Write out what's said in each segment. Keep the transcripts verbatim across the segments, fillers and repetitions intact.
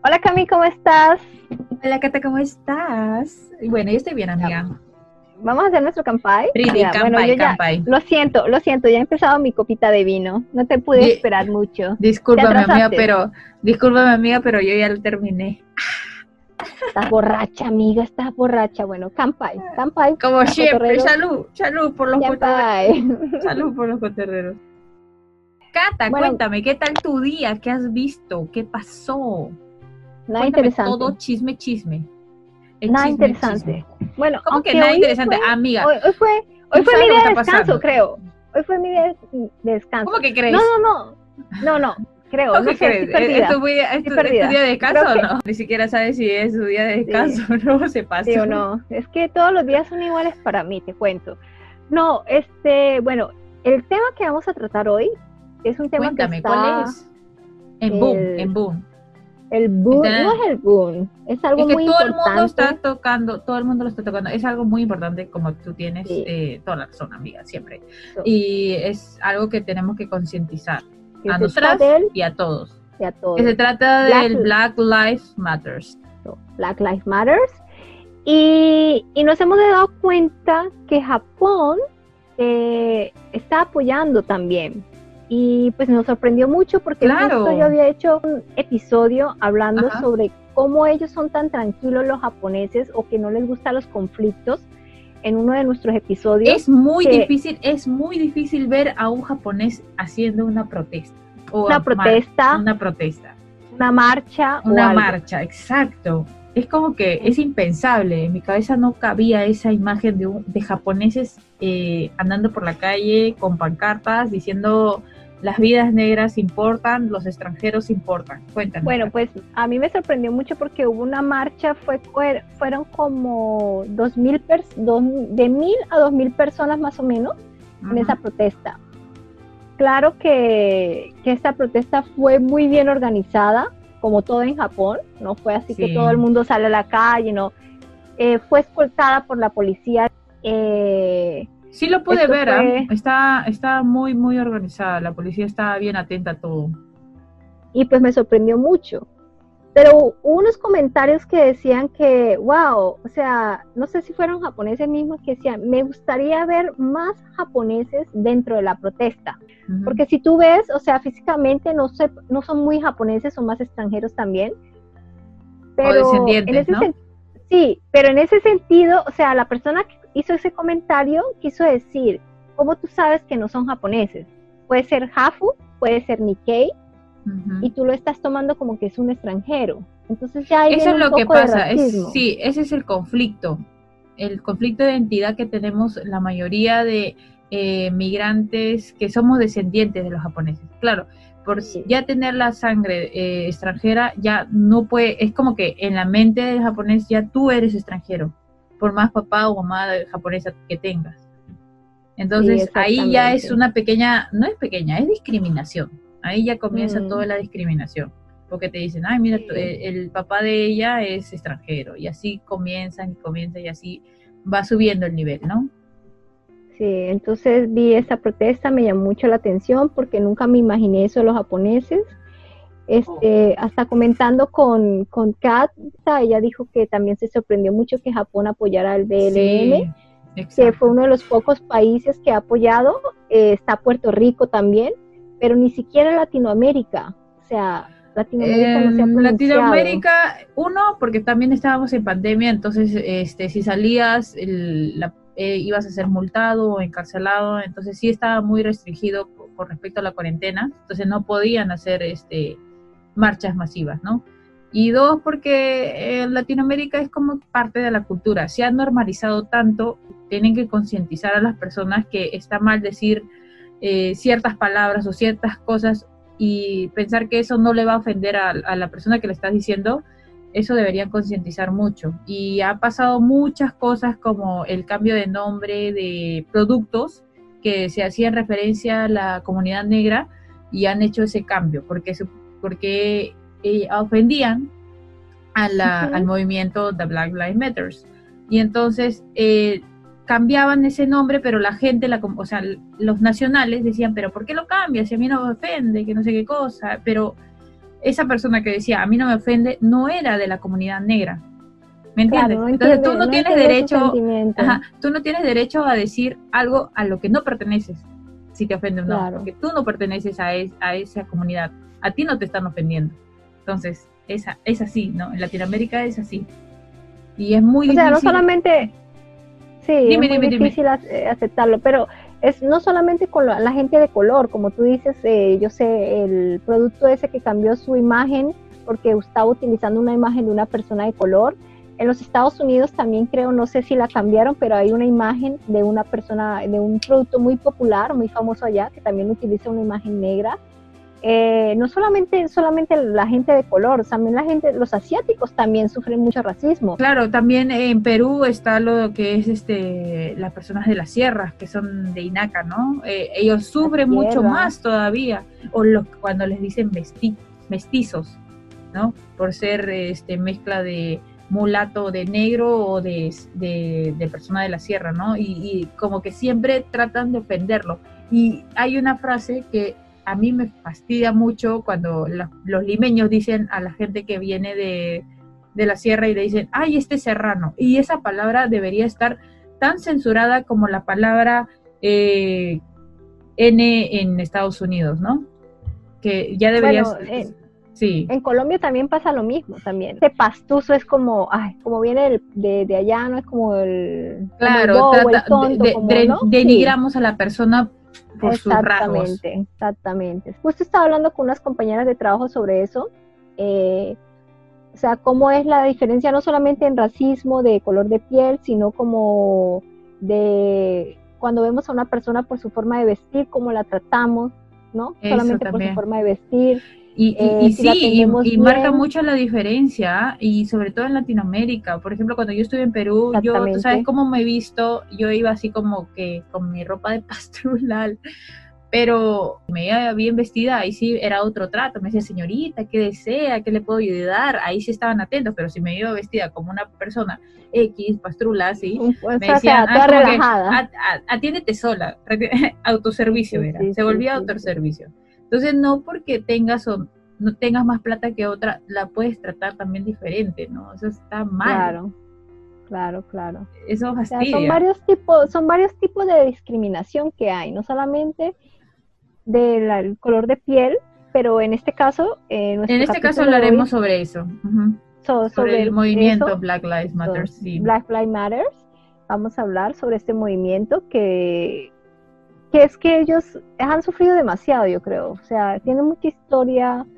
Hola Cami, ¿cómo estás? Hola Cata, ¿cómo estás? Bueno, yo estoy bien, amiga. Vamos a hacer nuestro campai. Brindis, Ya, bueno, campai, yo ya, campai. lo siento, lo siento, ya he empezado mi copita de vino. No te pude Di- esperar mucho. ¿Te discúlpame, amiga, atrasaste? pero discúlpame, amiga, pero yo ya lo terminé. Estás borracha, amiga, estás borracha. Bueno, campai, campai, Como siempre, cotorreros, salud, salud por los cotorreros. campai. Salud por los cotorreros. Cata, Bueno, cuéntame, ¿qué tal tu día? ¿Qué has visto? ¿Qué pasó? nada Cuéntame todo, interesante, chisme, chisme. El nada chisme, el chisme. interesante. Bueno, ¿Cómo que aunque nada hoy interesante? fue, Amiga, hoy, hoy fue, hoy ¿tú fue sabes mi lo que día está de descanso, pasando? creo. Hoy fue mi día de de descanso. ¿Cómo que No, crees? no, no, no, no, creo, ¿Cómo no que sé, estoy crees? ¿Es, es perdida, tu, día- es estoy tu- es tu día perdida. de descanso Creo o que no? Ni siquiera sabes si es su día de sí. descanso o no, se Sí o pasó. no, es que todos los días son iguales para mí, te cuento. No, este, bueno, el tema que vamos a tratar hoy es un tema que Cuéntame, ¿cuál está, es? En Boom, el, en Boom. el boom, no Está- es el boom, es algo es que muy todo el mundo está importante. tocando, todo el mundo lo está tocando. Es algo muy importante, como tú tienes Sí, eh, toda la razón, amiga, siempre. so, Y es algo que tenemos que concientizar que a se trata nosotras de él y a todos. y a Que se todos. trata Black, del Black Lives Matters. so, Black Lives Matters. Y, y nos hemos dado cuenta que Japón eh, está apoyando también. Y pues nos sorprendió mucho porque Claro. justo yo había hecho un episodio hablando Ajá. sobre cómo ellos son tan tranquilos los japoneses o que no les gustan los conflictos en uno de nuestros episodios. Es muy que difícil, es muy difícil ver a un japonés haciendo una protesta. O una a- protesta, mar- una protesta. una marcha o Una algo. marcha, exacto. Es como que es impensable. En mi cabeza no cabía esa imagen de, un, de japoneses eh, andando por la calle con pancartas diciendo las vidas negras importan, los extranjeros importan. Cuéntame. Bueno, pues a mí me sorprendió mucho porque hubo una marcha, fue, fue fueron como dos mil pers dos, de mil a dos mil personas más o menos en Ujú. esa protesta. Claro que, que esta protesta fue muy bien organizada, como todo en Japón, no fue así Sí. que todo el mundo sale a la calle, no, eh, fue escoltada por la policía. Eh, Sí lo pude esto ver, ¿ah? fue- está, está muy, muy organizada. La policía está bien atenta a todo. y pues me sorprendió mucho. Pero hubo unos comentarios que decían que, wow, o sea, no sé si fueron japoneses mismos que decían, me gustaría ver más japoneses dentro de la protesta. Ujú. Porque si tú ves, o sea, físicamente no, sé, no son muy japoneses, son más extranjeros también. Pero O descendientes, en ese ¿no? sen- sí, pero en ese sentido, o sea, la persona que hizo ese comentario quiso decir, ¿cómo tú sabes que no son japoneses? Puede ser Hafu, puede ser Nikkei, Ujú. y tú lo estás tomando como que es un extranjero. Entonces ya ahí Eso viene es un lo que poco de pasa, es, racismo. sí, ese es el conflicto, el conflicto de identidad que tenemos la mayoría de eh, migrantes que somos descendientes de los japoneses. Claro, por Sí. ya tener la sangre eh, extranjera, ya no puede, es como que en la mente del japonés ya tú eres extranjero, por más papá o mamá japonesa que tengas. Entonces Sí, ahí ya es exactamente. una pequeña, no es pequeña, es discriminación. Ahí ya comienza Mm. toda la discriminación. Porque te dicen, ay, mira, Sí. el, el papá de ella es extranjero. Y así comienzan y comienzan y así va subiendo el nivel, ¿no? Sí, entonces vi esa protesta, me llamó mucho la atención porque nunca me imaginé eso de los japoneses. Este, hasta comentando con, con Kat, ella dijo que también se sorprendió mucho que Japón apoyara al B L M, Sí, que exacto. fue uno de los pocos países que ha apoyado. Eh, está Puerto Rico también, pero ni siquiera Latinoamérica. O sea, Latinoamérica no se ha En pronunciado. Latinoamérica, uno, porque también estábamos en pandemia, entonces este, si salías el, la, eh, ibas a ser multado o encarcelado, entonces sí estaba muy restringido con, con respecto a la cuarentena, entonces no podían hacer este, marchas masivas, ¿no? Y dos, porque en Latinoamérica es como parte de la cultura, se ha normalizado tanto, tienen que concientizar a las personas que está mal decir eh, ciertas palabras o ciertas cosas y pensar que eso no le va a ofender a, a la persona que le estás diciendo. Eso deberían concientizar mucho. Y ha pasado muchas cosas como el cambio de nombre de productos que se hacían referencia a la comunidad negra y han hecho ese cambio porque, porque eh, ofendían a la, Uh-huh. al movimiento The Black Lives Matter. Y entonces eh, cambiaban ese nombre, pero la gente, la, o sea, los nacionales decían, pero ¿por qué lo cambias? Si a mí no me ofende, que no sé qué cosa, pero esa persona que decía, a mí no me ofende, no era de la comunidad negra. ¿Me entiendes? Claro, no Entonces entiende, tú no, no tienes entiende su derecho, sentimiento. ajá, tú no tienes derecho a decir algo a lo que no perteneces, si te ofende o no, Claro. porque tú no perteneces a, es, a esa comunidad, a ti no te están ofendiendo. Entonces, esa, es así, ¿no? En Latinoamérica es así. Y es muy O difícil. sea, no solamente, sí, Dime, es muy dime, dime. difícil ac- aceptarlo, pero es no solamente con la, la gente de color, como tú dices, eh, yo sé, el producto ese que cambió su imagen porque estaba utilizando una imagen de una persona de color. En los Estados Unidos también creo, no sé si la cambiaron, pero hay una imagen de una persona, de un producto muy popular, muy famoso allá, que también utiliza una imagen negra. Eh, no solamente, solamente la gente de color, también la gente, los asiáticos también sufren mucho racismo. Claro, también en Perú está lo que es este las personas de las sierras, que son de Inaca, ¿no? Eh, ellos sufren mucho más todavía, o los cuando les dicen vesti, mestizos, ¿no? Por ser este mezcla de mulato de negro o de, de, de persona de la sierra, ¿no? Y, y como que siempre tratan de ofenderlo. Y hay una frase que a mí me fastidia mucho cuando la, los limeños dicen a la gente que viene de, de la sierra y le dicen, ay, este serrano. Y esa palabra debería estar tan censurada como la palabra eh, N en Estados Unidos, ¿no? Que ya debería... Bueno, eh, sí. En Colombia también pasa lo mismo, también. Este pastuso es como, ay, como viene el, de, de allá, ¿no? Es como el, claro, como el bobo, trata, el tonto, de, como, de, ¿no? denigramos Sí. a la persona por sus rasgos. Exactamente, exactamente. Justo estaba hablando con unas compañeras de trabajo sobre eso, eh, o sea, cómo es la diferencia no solamente en racismo de color de piel, sino como de cuando vemos a una persona por su forma de vestir, cómo la tratamos, ¿no? Eso solamente también. por su forma de vestir. Y, y, eh, y si sí, y, y marca bien, mucho la diferencia, y sobre todo en Latinoamérica. Por ejemplo, cuando yo estuve en Perú, yo, tú sabes cómo me he visto, yo iba así como que con mi ropa de pastrulal, pero me iba bien vestida, ahí sí era otro trato, me decía, señorita, ¿qué desea? ¿Qué le puedo ayudar? Ahí sí estaban atentos, pero si me iba vestida como una persona X, pastrula, así, pues, me decían, o sea, ah, toda como relajada. que, atiéndete sola, autoservicio Sí, era, sí, se sí, volvía sí, autoservicio. Entonces, no porque tengas o no tengas más plata que otra, la puedes tratar también diferente, ¿no? Eso está mal. Claro, claro, claro. Eso fastidia. O sea, son varios tipos, son varios tipos de discriminación que hay, no solamente del color de piel, pero en este caso, eh, en este caso hablaremos sobre eso. Uh-huh. so, sobre, sobre el, el movimiento eso, Black Lives Matter. so, Sí. Black Lives Matter. Vamos a hablar sobre este movimiento que que es que ellos han sufrido demasiado, yo creo, o sea, tienen mucha historia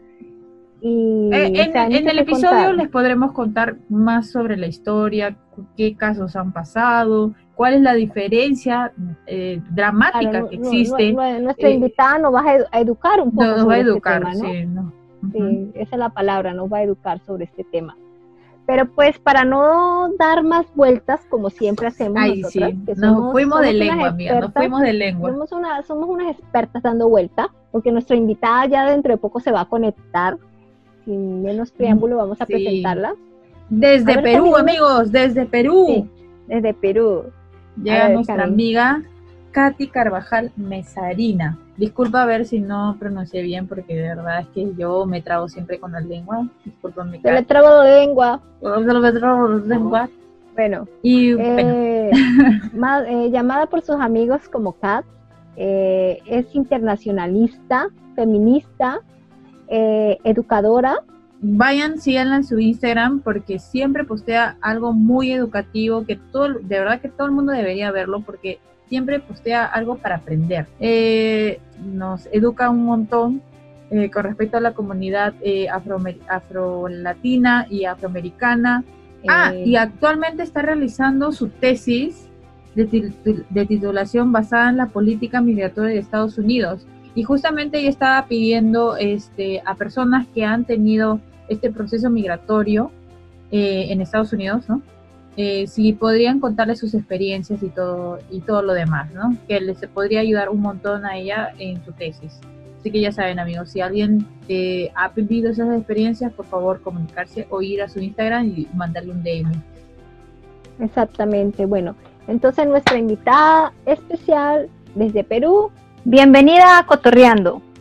y eh, en, o sea, en el episodio contar. Les podremos contar más sobre la historia, qué casos han pasado, cuál es la diferencia eh, dramática claro, que no, existe. No, no, nuestra eh, invitada nos va a educar un poco nos sobre va a educar, este tema, ¿no? Sí, no. Uh-huh. Sí, esa es la palabra, nos va a educar sobre este tema. Pero pues para no dar más vueltas, como siempre hacemos Ay, nosotras, sí. que nos somos, fuimos somos de lengua, amiga, nos fuimos de lengua. Somos, una, somos unas expertas dando vuelta, porque nuestra invitada ya dentro de poco se va a conectar. Sin menos preámbulo, vamos a sí. presentarla. Desde ver, Perú, también, amigos, desde Perú. Sí, desde Perú. Llega ver, nuestra Karen. amiga Katy Carvajal Mesarina. Disculpa a ver si no pronuncié bien, porque de verdad es que yo me trago siempre con la lengua. Disculpame, Yo le trago la lengua. Yo le trago la lengua. Bueno, y, eh, bueno. más, eh, llamada por sus amigos como Kat, eh, es internacionalista, feminista, eh, educadora. Vayan, síganla en su Instagram porque siempre postea algo muy educativo que todo, de verdad que todo el mundo debería verlo porque siempre postea algo para aprender. Eh, nos educa un montón eh, con respecto a la comunidad eh, afro, afro-latina y afroamericana. Eh, ah, y actualmente está realizando su tesis de, tit de titulación basada en la política migratoria de Estados Unidos. Y justamente ella estaba pidiendo este, a personas que han tenido este proceso migratorio eh, en Estados Unidos, ¿no? Eh, si podrían contarle sus experiencias y todo y todo lo demás, ¿no? Que les podría ayudar un montón a ella en su tesis. Así que ya saben, amigos, si alguien eh, ha vivido esas experiencias, por favor comunicarse o ir a su Instagram y mandarle un D M. Exactamente. Bueno, entonces nuestra invitada especial desde Perú. Bienvenida a Cotorreando.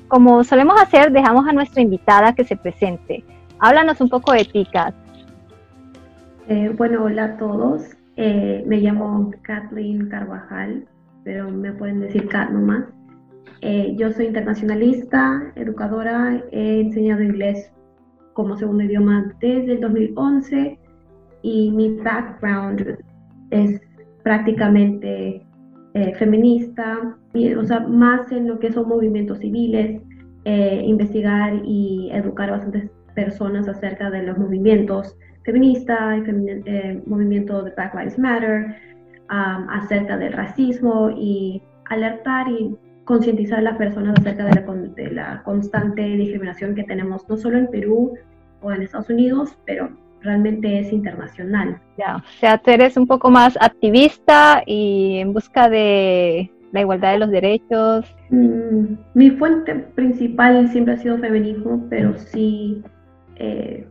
como solemos hacer, dejamos a nuestra invitada que se presente. Háblanos un poco de ti, Kat. Eh, bueno, hola a todos. Eh, me llamo Kathleen Carvajal, pero me pueden decir Kat nomás. Eh, yo soy internacionalista, educadora, he enseñado inglés como segundo idioma desde el dos mil once y mi background es prácticamente eh, feminista, y, o sea, más en lo que son movimientos civiles, eh, investigar y educar a bastantes personas acerca de los movimientos feministas, el eh, movimiento de Black Lives Matter, um, acerca del racismo y alertar y concientizar a las personas acerca de la, de la constante discriminación que tenemos no solo en Perú o en Estados Unidos, pero realmente es internacional. Ya, o sea, tú eres un poco más activista y en busca de la igualdad de los derechos. Mm, mi fuente principal siempre ha sido feminismo, pero sí, eh,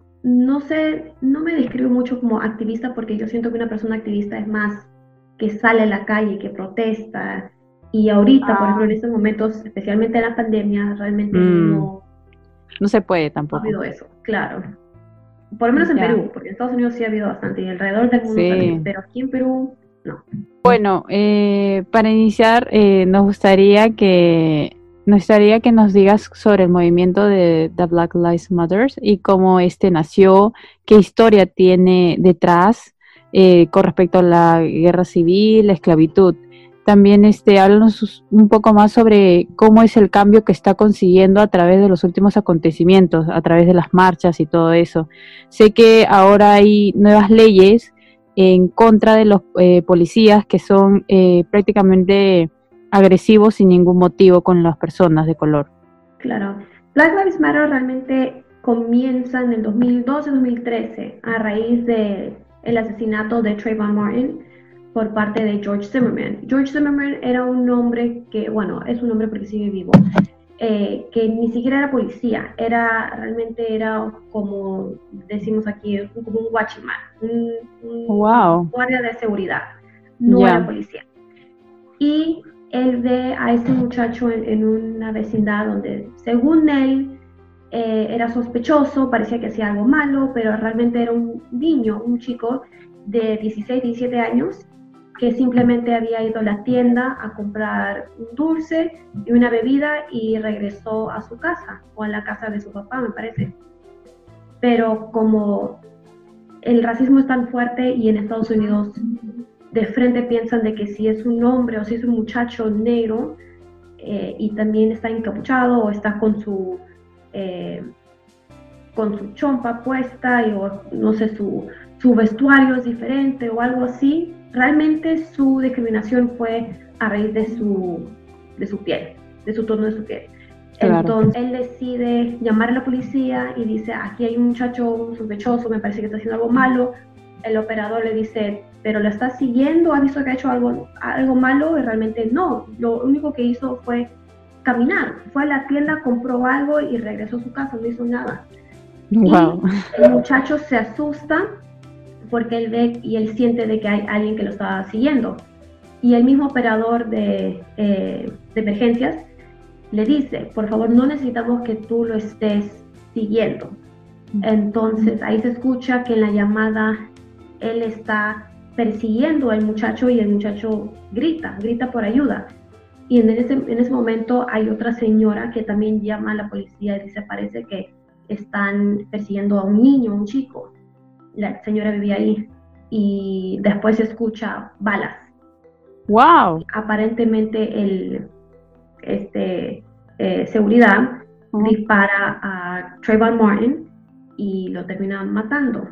no sé, no me describo mucho como activista porque yo siento que una persona activista es más que sale a la calle, que protesta. Y ahorita, ah. por ejemplo, en estos momentos, especialmente en la pandemia, realmente mm. no, no se puede tampoco. No ha habido eso, claro. Por lo menos en ya. Perú, porque en Estados Unidos sí ha habido bastante, y alrededor del mundo sí. también, pero aquí en Perú, no. Bueno, eh, para iniciar, eh, nos gustaría que nos gustaría que nos digas sobre el movimiento de The Black Lives Matter y cómo este nació, qué historia tiene detrás eh, con respecto a la guerra civil, la esclavitud. También este, háblanos un poco más sobre cómo es el cambio que está consiguiendo a través de los últimos acontecimientos, a través de las marchas y todo eso. Sé que ahora hay nuevas leyes en contra de los eh, policías que son eh, prácticamente agresivos sin ningún motivo con las personas de color. Claro. Black Lives Matter realmente comienza en el dos mil doce dos mil trece a raíz del asesinato de Trayvon Martin por parte de George Zimmerman. George Zimmerman era un hombre que, bueno, es un hombre porque sigue vivo, eh, que ni siquiera era policía, era realmente era como decimos aquí, como un watchman, un, un wow. guardia de seguridad, no yeah. era policía. Y él ve a ese muchacho en, en una vecindad donde, según él, eh, era sospechoso, parecía que hacía algo malo, pero realmente era un niño, un chico de dieciséis, diecisiete años, que simplemente había ido a la tienda a comprar un dulce y una bebida y regresó a su casa, o a la casa de su papá, me parece. Pero como el racismo es tan fuerte y en Estados Unidos de frente piensan de que si es un hombre o si es un muchacho negro eh, y también está encapuchado o está con su, eh, con su chompa puesta y, o no sé, su, su vestuario es diferente o algo así, realmente su discriminación fue a raíz de su, de su piel, de su tono de su piel. Claro. Entonces él decide llamar a la policía y dice, aquí hay un muchacho un sospechoso, me parece que está haciendo algo malo. El operador le dice, pero lo está siguiendo, ha visto que ha hecho algo, algo malo, y realmente no. Lo único que hizo fue caminar, fue a la tienda, compró algo y regresó a su casa, no hizo nada. Wow. Y el muchacho se asusta porque él ve y él siente de que hay alguien que lo está siguiendo. Y el mismo operador de, eh, de emergencias le dice, por favor, no necesitamos que tú lo estés siguiendo. Entonces ahí se escucha que en la llamada él está persiguiendo al muchacho y el muchacho grita, grita por ayuda. Y en ese, en ese momento hay otra señora que también llama a la policía y dice, parece que están persiguiendo a un niño, un chico. La señora vivía ahí y después se escucha balas. Wow. Aparentemente el este eh, seguridad uh-huh. dispara a Trayvon Martin y lo termina matando.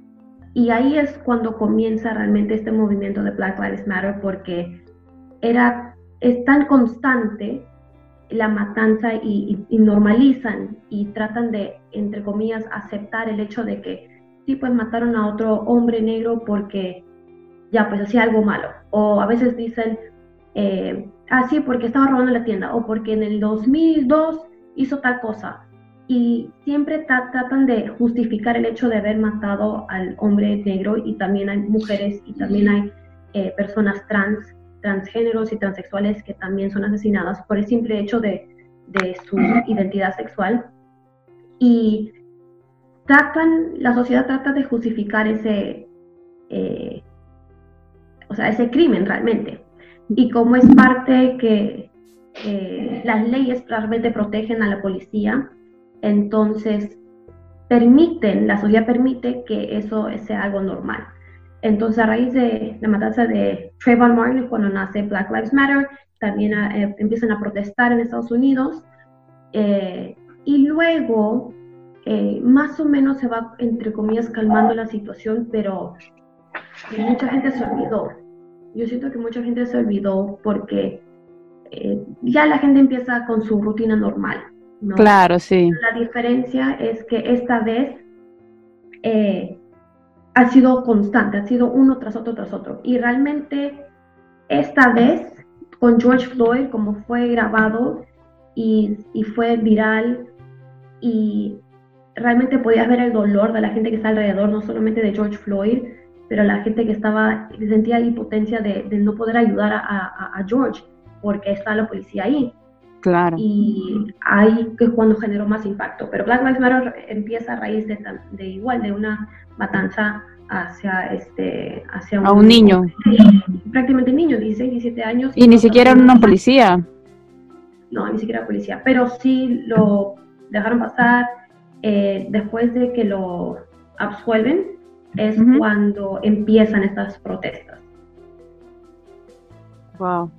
Y ahí es cuando comienza realmente este movimiento de Black Lives Matter, porque era es tan constante la matanza y, y, y normalizan y tratan de, entre comillas, aceptar el hecho de que sí, pues mataron a otro hombre negro porque ya, pues hacía algo malo. O a veces dicen, eh, ah, sí, porque estaba robando la tienda, o porque en el dos mil dos hizo tal cosa. Y siempre tra- tratan de justificar el hecho de haber matado al hombre negro, y también hay mujeres y también hay eh, personas trans, transgéneros y transexuales que también son asesinadas por el simple hecho de, de su identidad sexual y tratan, la sociedad trata de justificar ese, eh, o sea, ese crimen realmente. Y como es parte que eh, las leyes realmente protegen a la policía, entonces permiten, la sociedad permite que eso sea algo normal. Entonces, a raíz de la matanza de Trayvon Martin, cuando nace Black Lives Matter, también eh, empiezan a protestar en Estados Unidos, eh, y luego eh, más o menos se va, entre comillas, calmando la situación, pero mucha gente se olvidó. Yo siento que mucha gente se olvidó porque eh, ya la gente empieza con su rutina normal, ¿no? Claro, sí. La diferencia es que esta vez eh, ha sido constante, ha sido uno tras otro tras otro. Y realmente esta vez con George Floyd, como fue grabado y, y fue viral, y realmente podías ver el dolor de la gente que está alrededor, no solamente de George Floyd, pero la gente que estaba, que sentía la impotencia de, de no poder ayudar a, a, a George, porque está la policía ahí. Claro. Y ahí que es cuando generó más impacto. Pero Black Lives Matter empieza a raíz de, de igual, de una matanza hacia este hacia a un, un niño. Prácticamente niño, dieciséis, diecisiete años. Y ni siquiera era una policía. No, ni siquiera policía. Pero sí lo dejaron pasar. Eh, después de que lo absuelven, es uh-huh. cuando empiezan estas protestas. Wow.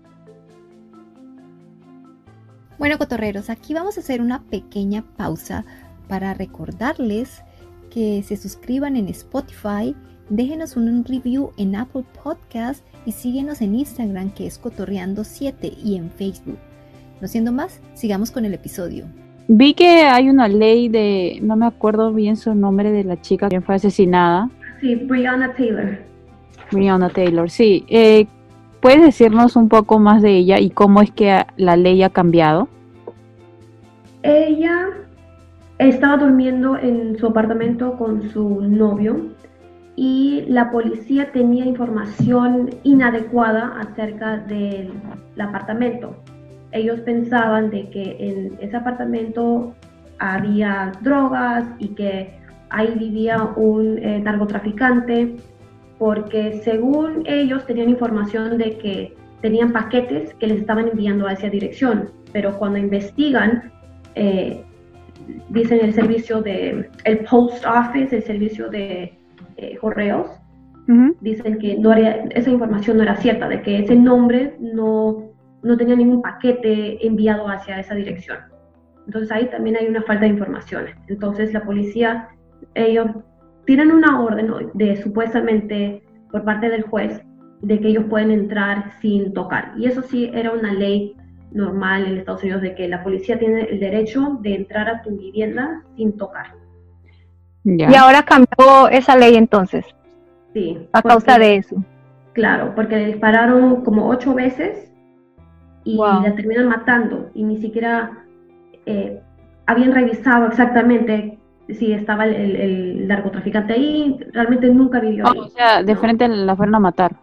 Bueno, cotorreros, aquí vamos a hacer una pequeña pausa para recordarles que se suscriban en Spotify, déjenos un review en Apple Podcast y síguenos en Instagram, que es Cotorreando siete, y en Facebook. No siendo más, sigamos con el episodio. Vi que hay una ley de, no me acuerdo bien su nombre, de la chica que fue asesinada. Sí, Breonna Taylor. Breonna Taylor, sí. Eh, ¿Puedes decirnos un poco más de ella y cómo es que la ley ha cambiado? Ella estaba durmiendo en su apartamento con su novio y la policía tenía información inadecuada acerca del apartamento. Ellos pensaban de que en ese apartamento había drogas y que ahí vivía un eh, narcotraficante, porque según ellos tenían información de que tenían paquetes que les estaban enviando a esa dirección, pero cuando investigan, eh, dicen el servicio de, el post office, el servicio de eh, correos, uh-huh. dicen que no era, esa información no era cierta, de que ese nombre no, no tenía ningún paquete enviado hacia esa dirección. Entonces ahí también hay una falta de información. Entonces la policía, ellos tienen una orden de supuestamente por parte del juez de que ellos pueden entrar sin tocar. Y eso sí era una ley normal en Estados Unidos, de que la policía tiene el derecho de entrar a tu vivienda sin tocar. Ya. Y ahora cambió esa ley entonces. Sí. A porque, causa de eso. Claro, porque le dispararon como ocho veces y wow. la terminan matando y ni siquiera eh, habían revisado exactamente si estaba el, el, el narcotraficante ahí, realmente nunca vivió oh, ahí. O sea, de ¿no? frente la fueron a matar.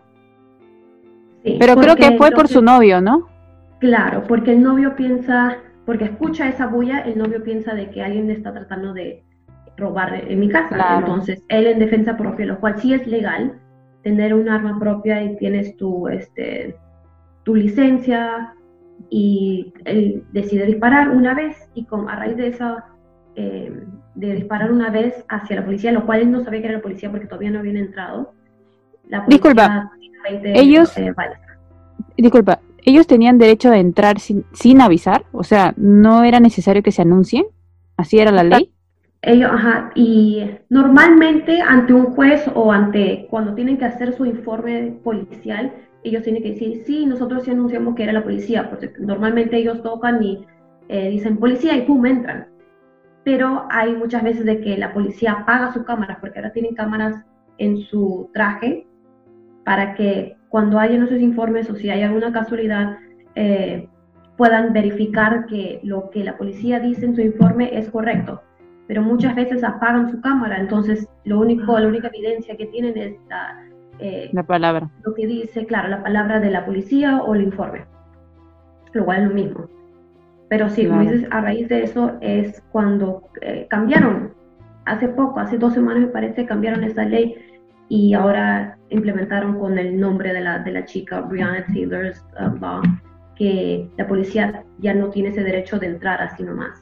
Sí, pero creo que fue por su novio, ¿no? Claro, porque el novio piensa, porque escucha esa bulla, el novio piensa de que alguien está tratando de robar en mi casa. Claro. Entonces, él en defensa propia, lo cual sí es legal, tener un arma propia y tienes tu, este, tu licencia, y él decide disparar una vez, y con, a raíz de esa, eh, de disparar una vez hacia la policía, lo cual él no sabía que era la policía porque todavía no habían entrado. La policía, disculpa, ellos, eh, disculpa, ellos tenían derecho a entrar sin, sin avisar, o sea, no era necesario que se anuncien, así era la ley. Ellos, ajá, y normalmente ante un juez o ante, cuando tienen que hacer su informe policial, ellos tienen que decir, sí, nosotros sí anunciamos que era la policía, porque normalmente ellos tocan y eh, dicen policía y pum, entran. Pero hay muchas veces de que la policía apaga sus cámaras, porque ahora tienen cámaras en su traje, para que cuando hayan esos informes o si hay alguna casualidad, eh, puedan verificar que lo que la policía dice en su informe es correcto. Pero muchas veces apagan su cámara, entonces lo único, la única evidencia que tienen es la, eh, la palabra. Lo que dice, claro, la palabra de la policía o el informe, lo cual es lo mismo. Pero sí, Claro. como dices, a raíz de eso es cuando eh, cambiaron, hace poco, hace dos semanas me parece, cambiaron esa ley y ahora implementaron con el nombre de la, de la chica, Breonna Taylor's uh, Law, que la policía ya no tiene ese derecho de entrar así nomás.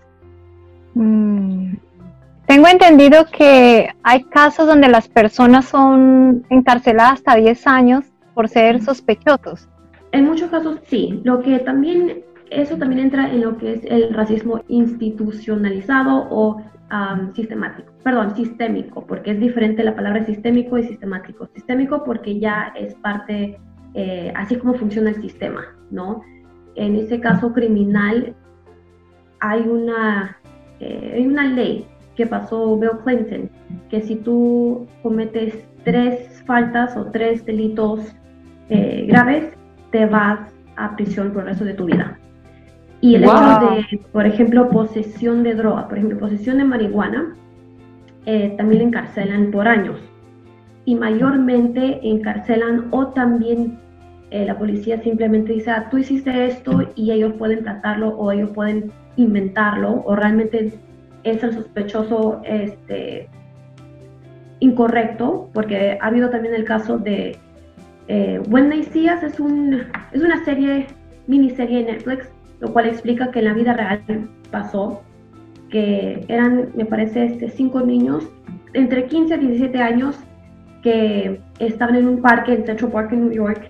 Mm. Tengo entendido que hay casos donde las personas son encarceladas hasta diez años por ser sospechosos. En muchos casos sí, lo que también, eso también entra en lo que es el racismo institucionalizado o um, sistemático, perdón, sistémico, porque es diferente la palabra sistémico y sistemático. Sistémico porque ya es parte, eh, así como funciona el sistema, ¿no? En este caso criminal hay una, eh, hay una ley que pasó Bill Clinton, que si tú cometes tres faltas o tres delitos eh, graves, te vas a prisión por el resto de tu vida. Y el Wow. hecho de, por ejemplo, posesión de droga, por ejemplo, posesión de marihuana, eh, también le encarcelan por años. Y mayormente encarcelan o también eh, la policía simplemente dice, ah, tú hiciste esto y ellos pueden tratarlo o ellos pueden inventarlo o realmente es el sospechoso este, incorrecto, porque ha habido también el caso de eh, When They See Us, es, un, es una serie, miniserie de Netflix, lo cual explica que en la vida real pasó, que eran, me parece, este, cinco niños entre quince a diecisiete años que estaban en un parque en Central Park en New York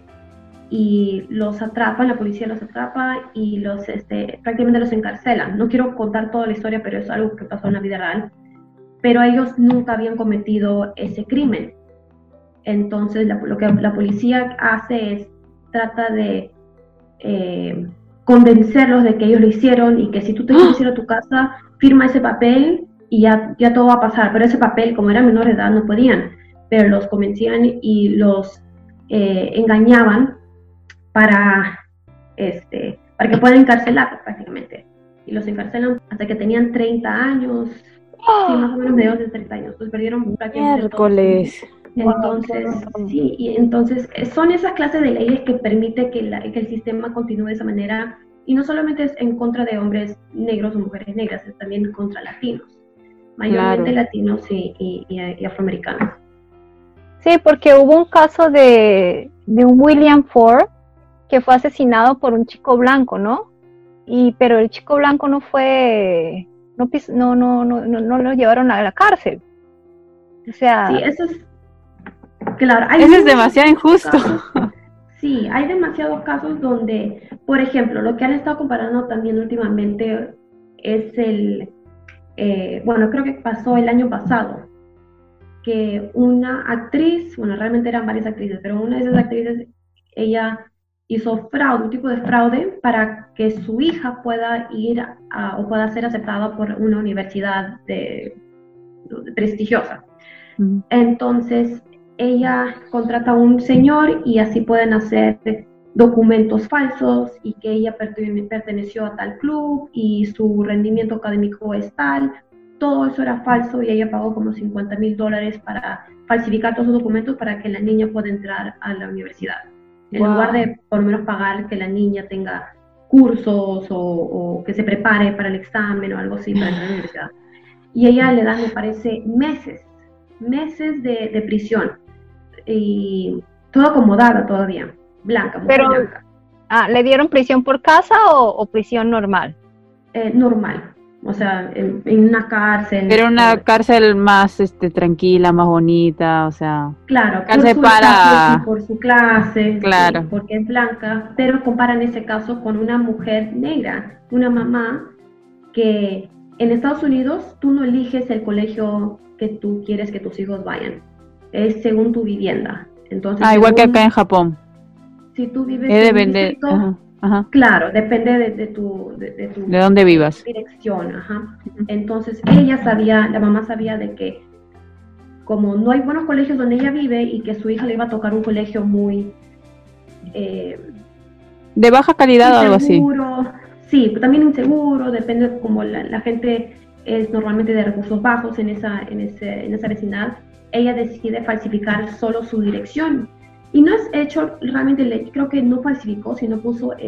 y los atrapan, la policía los atrapa y los este, prácticamente los encarcelan. No quiero contar toda la historia, pero es algo que pasó en la vida real. Pero ellos nunca habían cometido ese crimen. Entonces la, lo que la policía hace es trata de eh, convencerlos de que ellos lo hicieron y que si tú te quieres ir a tu casa, firma ese papel y ya, ya todo va a pasar. Pero ese papel, como eran menores de edad, no podían. Pero los convencían y los eh, engañaban para, este, para que puedan encarcelar prácticamente. Y los encarcelan hasta que tenían treinta años, sí, más o menos mediados de treinta años. Pues perdieron prácticamente todo. Miércoles. Entonces, sí, y entonces son esas clases de leyes que permiten que, la, que el sistema continúe de esa manera. Y no solamente es en contra de hombres negros o mujeres negras, es también contra latinos. Mayormente Claro. latinos y, y, y, y afroamericanos. Sí, porque hubo un caso de, de un William Ford que fue asesinado por un chico blanco, ¿no? Y pero el chico blanco no fue, no no no no no, no lo llevaron a la cárcel. O sea, sí, eso es claro. Hay eso es demasiado injusto. Casos, sí, hay demasiados casos donde, por ejemplo, lo que han estado comparando también últimamente es el, eh, bueno, creo que pasó el año pasado, que una actriz, bueno, realmente eran varias actrices, pero una de esas actrices, ella hizo fraude, un tipo de fraude para que su hija pueda ir a, o pueda ser aceptada por una universidad de, de prestigiosa. Mm. Entonces, ella contrata a un señor y así pueden hacer documentos falsos y que ella perteneció a tal club y su rendimiento académico es tal. Todo eso era falso y ella pagó como cincuenta mil dólares para falsificar todos los documentos para que la niña pueda entrar a la universidad. En wow. lugar de por lo menos pagar que la niña tenga cursos o, o que se prepare para el examen o algo así para entrar a la universidad. Y ella le dan, me parece, meses, meses de, de prisión. Y todo acomodada todavía, blanca, muy Pero, blanca. Ah, ¿le dieron prisión por casa o, o prisión normal? Eh, normal. O sea, en, en una cárcel. Pero una o, cárcel más este, tranquila, más bonita, o sea. Claro, cárcel por su para... clase, por su clase, claro. Sí, porque es blanca, pero comparan ese caso con una mujer negra, una mamá que en Estados Unidos tú no eliges el colegio que tú quieres que tus hijos vayan, es según tu vivienda. Entonces, ah, igual según, que acá en Japón. Si tú vives He de en un vender. distrito, Ajá. Ajá. Claro, depende de, de tu de, de tu de dónde vivas. Dirección, ajá. Entonces ella sabía, la mamá sabía de que como no hay buenos colegios donde ella vive y que su hija le iba a tocar un colegio muy eh, de baja calidad o algo así. Sí, pero también inseguro, depende como la, la gente es normalmente de recursos bajos en esa en ese en esa vecindad. Ella decide falsificar solo su dirección. Y no es hecho, realmente le, creo que no falsificó, sino puso, el,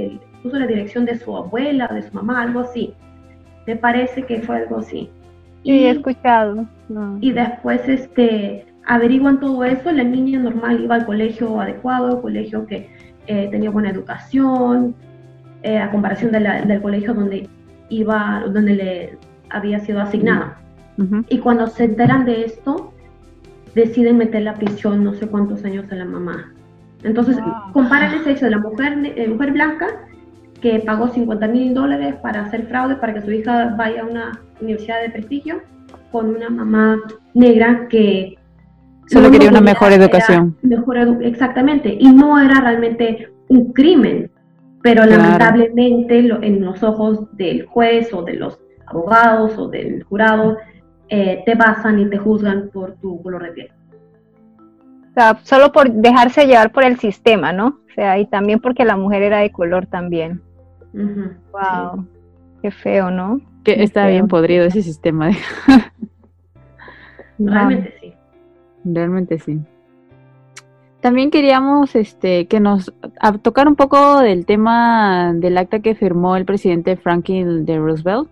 puso la dirección de su abuela, de su mamá, algo así. Me parece que fue algo así. Sí, y, he escuchado. No. Y después este, averiguan todo eso, la niña normal iba al colegio adecuado, al colegio que eh, tenía buena educación, eh, a comparación de la, del colegio donde iba, donde le había sido asignada. Uh-huh. Y cuando se enteran de esto, deciden meter a prisión no sé cuántos años a la mamá. Entonces, Wow. comparan ese hecho de la mujer, eh, mujer blanca que pagó cincuenta mil dólares para hacer fraude para que su hija vaya a una universidad de prestigio, con una mamá negra que solo quería una mejor educación. Mejor edu- exactamente, y no era realmente un crimen, pero Claro. lamentablemente lo, en los ojos del juez o de los abogados o del jurado, eh, te basan y te juzgan por tu color de piel. O sea, solo por dejarse llevar por el sistema, ¿no? O sea, y también porque la mujer era de color también. Uh-huh, Wow, sí. qué feo, ¿no? Que Qué está feo. bien podrido ese sistema. De... Realmente sí. Realmente sí. También queríamos este, que nos a, tocar un poco del tema del acta que firmó el presidente Franklin D. Roosevelt.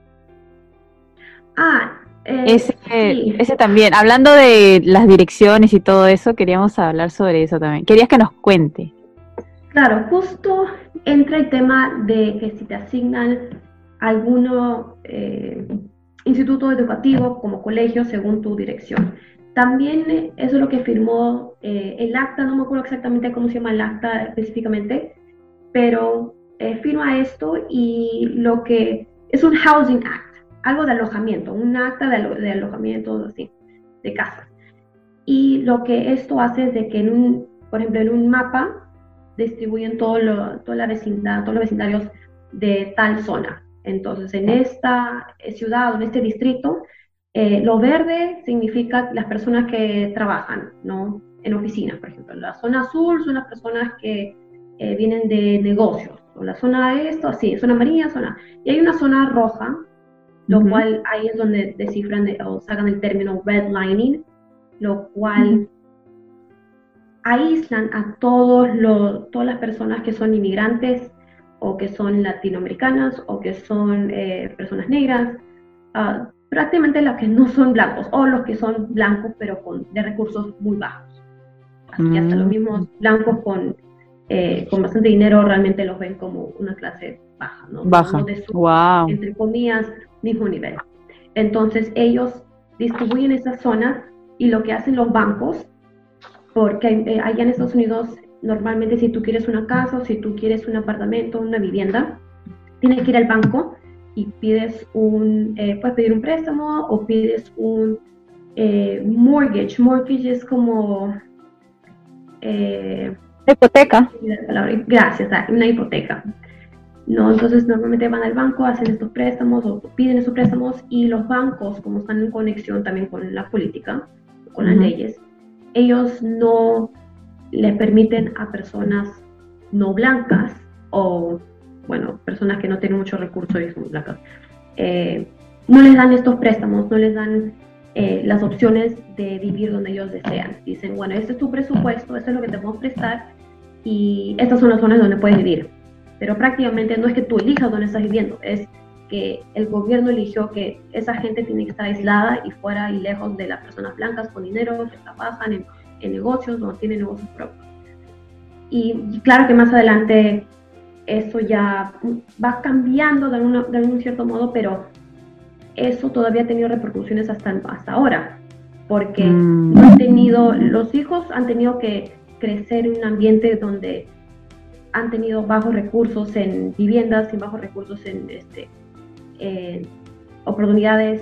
Ah, eh, Ese, sí. ese también, hablando de las direcciones y todo eso, queríamos hablar sobre eso también. Querías que nos cuente. Claro, justo entra el tema de que si te asignan algún eh, instituto educativo como colegio según tu dirección. También eh, eso es lo que firmó eh, el acta, no me acuerdo exactamente cómo se llama el acta específicamente, pero eh, firma esto y lo que es un Housing Act, algo de alojamiento, un acta de, alo de alojamiento así, de casas. Y lo que esto hace es de que en un, por ejemplo, en un mapa distribuyen todo lo, toda la vecindad, todos los vecindarios de tal zona. Entonces, en esta ciudad o en este distrito, eh, lo verde significa las personas que trabajan, ¿no? En oficinas, por ejemplo. La zona azul son las personas que eh, vienen de negocios. O la zona de esto, así, zona amarilla, zona... Y hay una zona roja, lo uh-huh. cual ahí es donde descifran de, o sacan el término redlining, lo cual... Uh-huh. aíslan a todos los, todas las personas que son inmigrantes o que son latinoamericanas o que son eh, personas negras, uh, prácticamente los que no son blancos o los que son blancos pero con, de recursos muy bajos. Así mm. que hasta los mismos blancos con, eh, con bastante dinero realmente los ven como una clase baja, ¿no? Baja, no de su, wow. Entre comillas, mismo nivel. Entonces ellos distribuyen esas zonas y lo que hacen los bancos, porque eh, allá en Estados Unidos normalmente si tú quieres una casa o si tú quieres un apartamento, una vivienda, tienes que ir al banco y pides un, eh, puedes pedir un préstamo o pides un eh, mortgage. Mortgage es como... Eh, hipoteca. Gracias, una hipoteca. No, entonces normalmente van al banco, hacen estos préstamos o piden estos préstamos y los bancos, como están en conexión también con la política, con uh-huh. las leyes, ellos no les permiten a personas no blancas o, bueno, personas que no tienen muchos recursos y son blancas, eh, no les dan estos préstamos, no les dan eh, las opciones de vivir donde ellos desean. Dicen, bueno, este es tu presupuesto, esto es lo que te podemos prestar y estas son las zonas donde puedes vivir. Pero prácticamente no es que tú elijas dónde estás viviendo, es que el gobierno eligió que esa gente tiene que estar aislada y fuera y lejos de las personas blancas con dinero que trabajan en, en negocios o tienen negocios propios. Y claro que más adelante eso ya va cambiando de, una, de un cierto modo, pero eso todavía ha tenido repercusiones hasta, hasta ahora, porque mm. no han tenido, los hijos han tenido que crecer en un ambiente donde han tenido bajos recursos en viviendas y bajos recursos en este, eh, oportunidades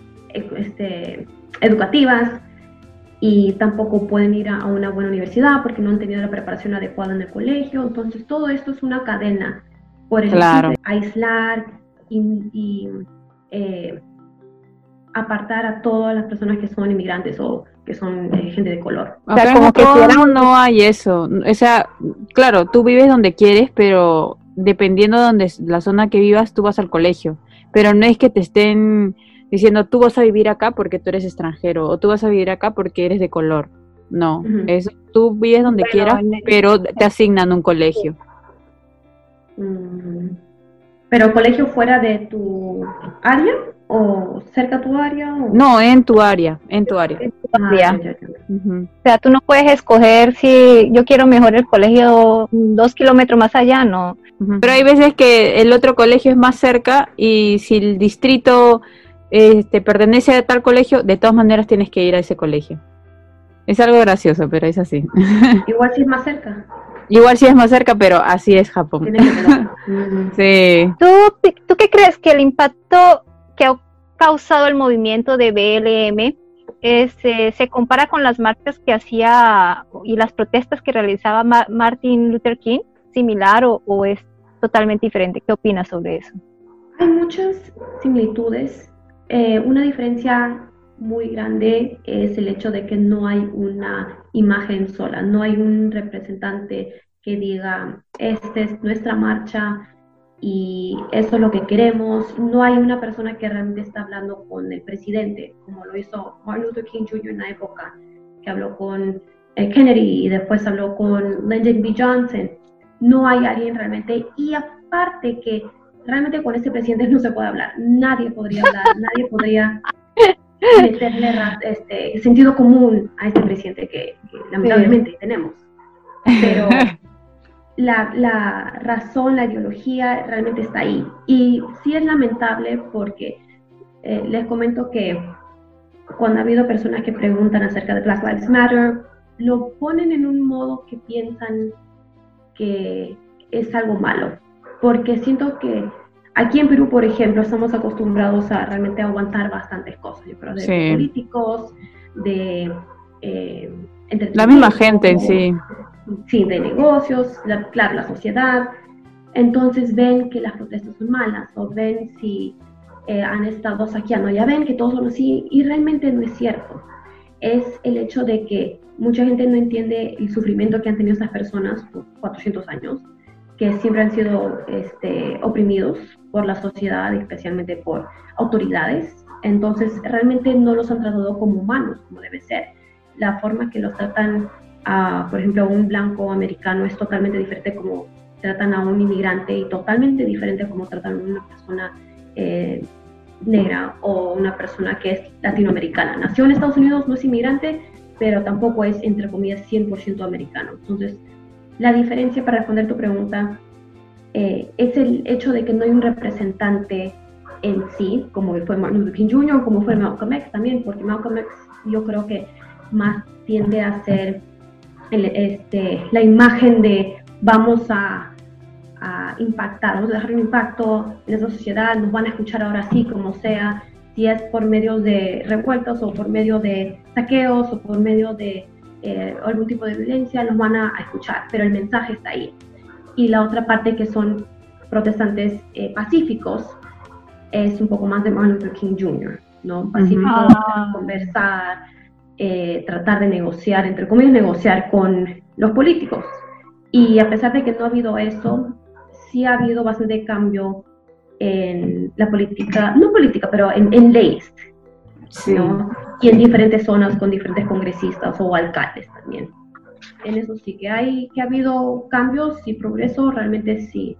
este, educativas y tampoco pueden ir a, a una buena universidad porque no han tenido la preparación adecuada en el colegio. Entonces todo esto es una cadena por el claro. de aislar y, y eh, apartar a todas las personas que son inmigrantes o que son eh, gente de color. O sea, como que si no hay eso. O sea, claro, tú vives donde quieres, pero dependiendo de donde, la zona que vivas, tú vas al colegio. Pero no es que te estén diciendo, tú vas a vivir acá porque tú eres extranjero, o tú vas a vivir acá porque eres de color. No, uh-huh. eso, tú vives donde bueno, quieras, el... pero te asignan un colegio. Mm, ¿pero colegio fuera de tu área o cerca a tu área? O... No, en tu área, en tu área. En tu Ah, área. ya, ya, ya. Uh-huh. O sea, tú no puedes escoger si yo quiero mejor el colegio dos kilómetros más allá, no. Uh-huh. Pero hay veces que el otro colegio es más cerca y si el distrito este, pertenece a tal colegio, de todas maneras tienes que ir a ese colegio. Es algo gracioso, pero es así. Igual si es más cerca. Igual sí es más cerca, pero así es Japón. Tienes que pegar. Mm. Sí. ¿Tú, ¿Tú qué crees que el impacto que ha causado el movimiento de B L M es, eh, se compara con las marchas que hacía y las protestas que realizaba Ma- Martin Luther King? ¿Similar o, o es totalmente diferente? ¿Qué opinas sobre eso? Hay muchas similitudes. Eh, una diferencia muy grande es el hecho de que no hay una imagen sola, no hay un representante que diga, esta es nuestra marcha y eso es lo que queremos. No hay una persona que realmente está hablando con el presidente, como lo hizo Martin Luther King junior en la época, que habló con eh, Kennedy y después habló con Lyndon B. Johnson. No hay alguien realmente, y aparte que realmente con este presidente no se puede hablar, nadie podría hablar, nadie podría meterle este, sentido común a este presidente que, que lamentablemente sí. tenemos. Pero la, la razón, la ideología realmente está ahí. Y sí es lamentable porque eh, les comento que cuando ha habido personas que preguntan acerca de Black Lives Matter, lo ponen en un modo que piensan que es algo malo. Porque siento que aquí en Perú, por ejemplo, estamos acostumbrados a realmente aguantar bastantes cosas, yo creo, de sí. políticos, de eh, la misma gente en sí. Sí, de negocios, la, claro, la sociedad. Entonces ven que las protestas son malas, o ven si eh, han estado saqueando, ya ven que todos son así, y realmente no es cierto. Es el hecho de que mucha gente no entiende el sufrimiento que han tenido estas personas por cuatrocientos años, que siempre han sido este, oprimidos por la sociedad, especialmente por autoridades. Entonces, realmente no los han tratado como humanos, como debe ser. La forma que los tratan, a, por ejemplo, a un blanco americano es totalmente diferente como tratan a un inmigrante y totalmente diferente como tratan a una persona eh, negra o una persona que es latinoamericana. Nació en Estados Unidos, no es inmigrante, pero tampoco es, entre comillas, cien por ciento americano. Entonces, la diferencia, para responder tu pregunta, eh, es el hecho de que no hay un representante en sí, como fue Martin Luther King junior, como fue Malcolm X también, porque Malcolm X yo creo que más tiende a ser el, este, la imagen de vamos a, a impactar, vamos a dejar un impacto en esa sociedad, nos van a escuchar ahora sí, como sea, si es por medio de revueltas o por medio de saqueos o por medio de Eh, algún tipo de violencia, los van a, a escuchar, pero el mensaje está ahí. Y la otra parte, que son protestantes eh, pacíficos, es un poco más de Martin Luther King junior, ¿no? Pacíficos, uh-huh. conversar, eh, tratar de negociar, entre comillas, negociar con los políticos. Y a pesar de que no ha habido eso, sí ha habido bastante cambio en la política, no política, pero en, en leyes, sí. ¿no? Y en diferentes zonas con diferentes congresistas o alcaldes también. En eso sí que hay, que ha habido cambios y progreso, realmente sí.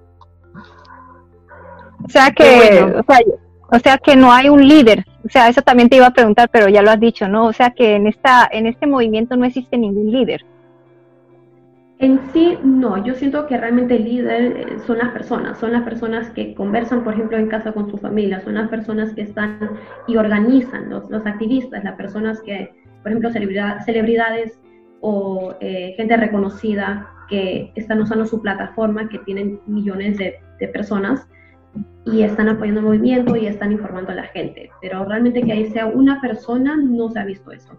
O sea que, bueno. o sea, o sea que no hay un líder. O sea, eso también te iba a preguntar, pero ya lo has dicho, ¿no? O sea que en esta, en este movimiento no existe ningún líder. En sí, no. Yo siento que realmente el líder son las personas, son las personas que conversan, por ejemplo, en casa con su familia, son las personas que están y organizan, los, los activistas, las personas que, por ejemplo, celebridad, celebridades o eh, gente reconocida que están usando su plataforma, que tienen millones de, de personas y están apoyando el movimiento y están informando a la gente. Pero realmente que ahí sea una persona, no se ha visto eso.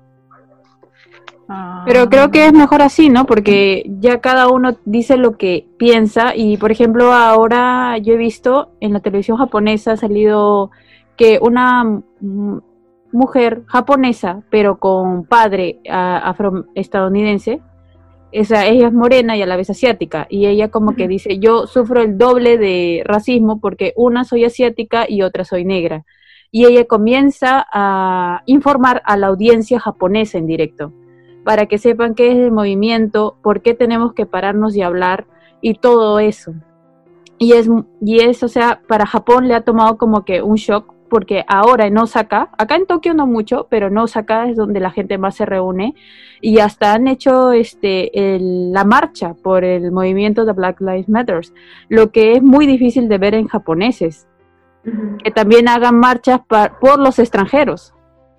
Pero creo que es mejor así, ¿no? Porque ya cada uno dice lo que piensa y, por ejemplo, ahora yo he visto en la televisión japonesa ha salido que una m- mujer japonesa, pero con padre afroestadounidense, esa, ella es morena y a la vez asiática, y ella como que dice, yo sufro el doble de racismo porque una soy asiática y otra soy negra. Y ella comienza a informar a la audiencia japonesa en directo, para que sepan qué es el movimiento, por qué tenemos que pararnos y hablar, y todo eso. y es, y es, o sea, para Japón le ha tomado como que un shock, porque ahora en Osaka, acá en Tokio no mucho, pero en Osaka es donde la gente más se reúne, y hasta han hecho este el, la marcha por el movimiento de Black Lives Matter, lo que es muy difícil de ver en japoneses, uh-huh. que también hagan marchas pa, por los extranjeros.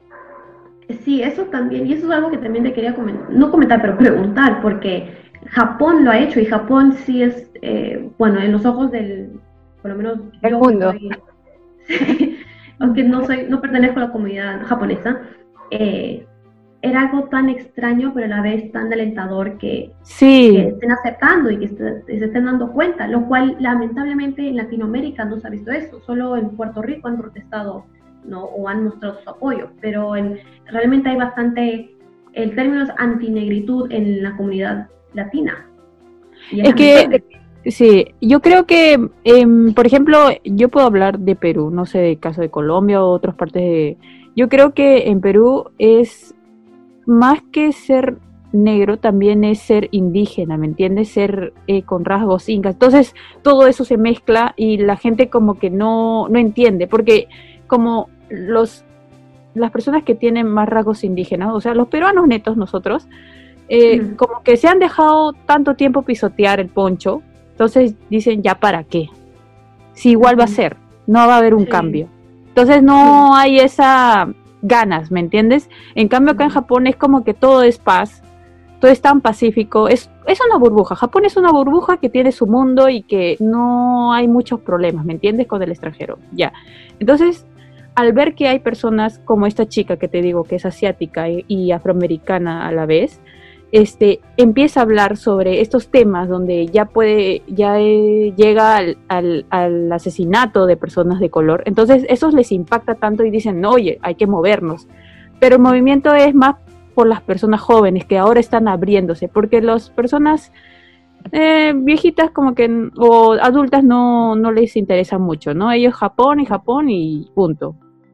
Sí, eso también, y eso es algo que también te quería comentar, no comentar, pero preguntar, porque Japón lo ha hecho, y Japón sí es, eh, bueno, en los ojos del, por lo menos el yo, mundo. Soy, sí, aunque no soy, no pertenezco a la comunidad japonesa, eh, era algo tan extraño, pero a la vez tan alentador que, sí. que estén aceptando y que se, se estén dando cuenta, lo cual lamentablemente en Latinoamérica no se ha visto eso, solo en Puerto Rico han protestado, ¿no? O han mostrado su apoyo, pero en, realmente hay bastante, en términos antinegritud en la comunidad latina. Y es, es que, sí, yo creo que, eh, por ejemplo, yo puedo hablar de Perú, no sé, del caso de Colombia o otras partes de... Yo creo que en Perú es más que ser negro, también es ser indígena, ¿me entiendes? Ser eh, con rasgos incas. Entonces, todo eso se mezcla y la gente como que no, no entiende, porque como los las personas que tienen más rasgos indígenas, o sea, los peruanos netos nosotros, eh, mm. como que se han dejado tanto tiempo pisotear el poncho, entonces dicen, ¿ya para qué? Si igual mm. va a ser, no va a haber un sí. cambio. Entonces no mm. hay esa ganas, ¿me entiendes? En cambio acá en Japón es como que todo es paz, todo es tan pacífico, es, es una burbuja, Japón es una burbuja que tiene su mundo y que no hay muchos problemas, ¿me entiendes? Con el extranjero, ya. Entonces, al ver que hay personas como esta chica que te digo que es asiática y, y afroamericana a la vez, este, empieza a hablar sobre estos temas donde ya puede, ya eh, llega al, al, al asesinato de personas de color, entonces eso les impacta tanto y dicen, no, oye, hay que movernos, pero el movimiento es más por las personas jóvenes que ahora están abriéndose, porque las personas eh, viejitas como que o adultas no, no les interesa mucho, ¿no? Ellos Japón y Japón y punto.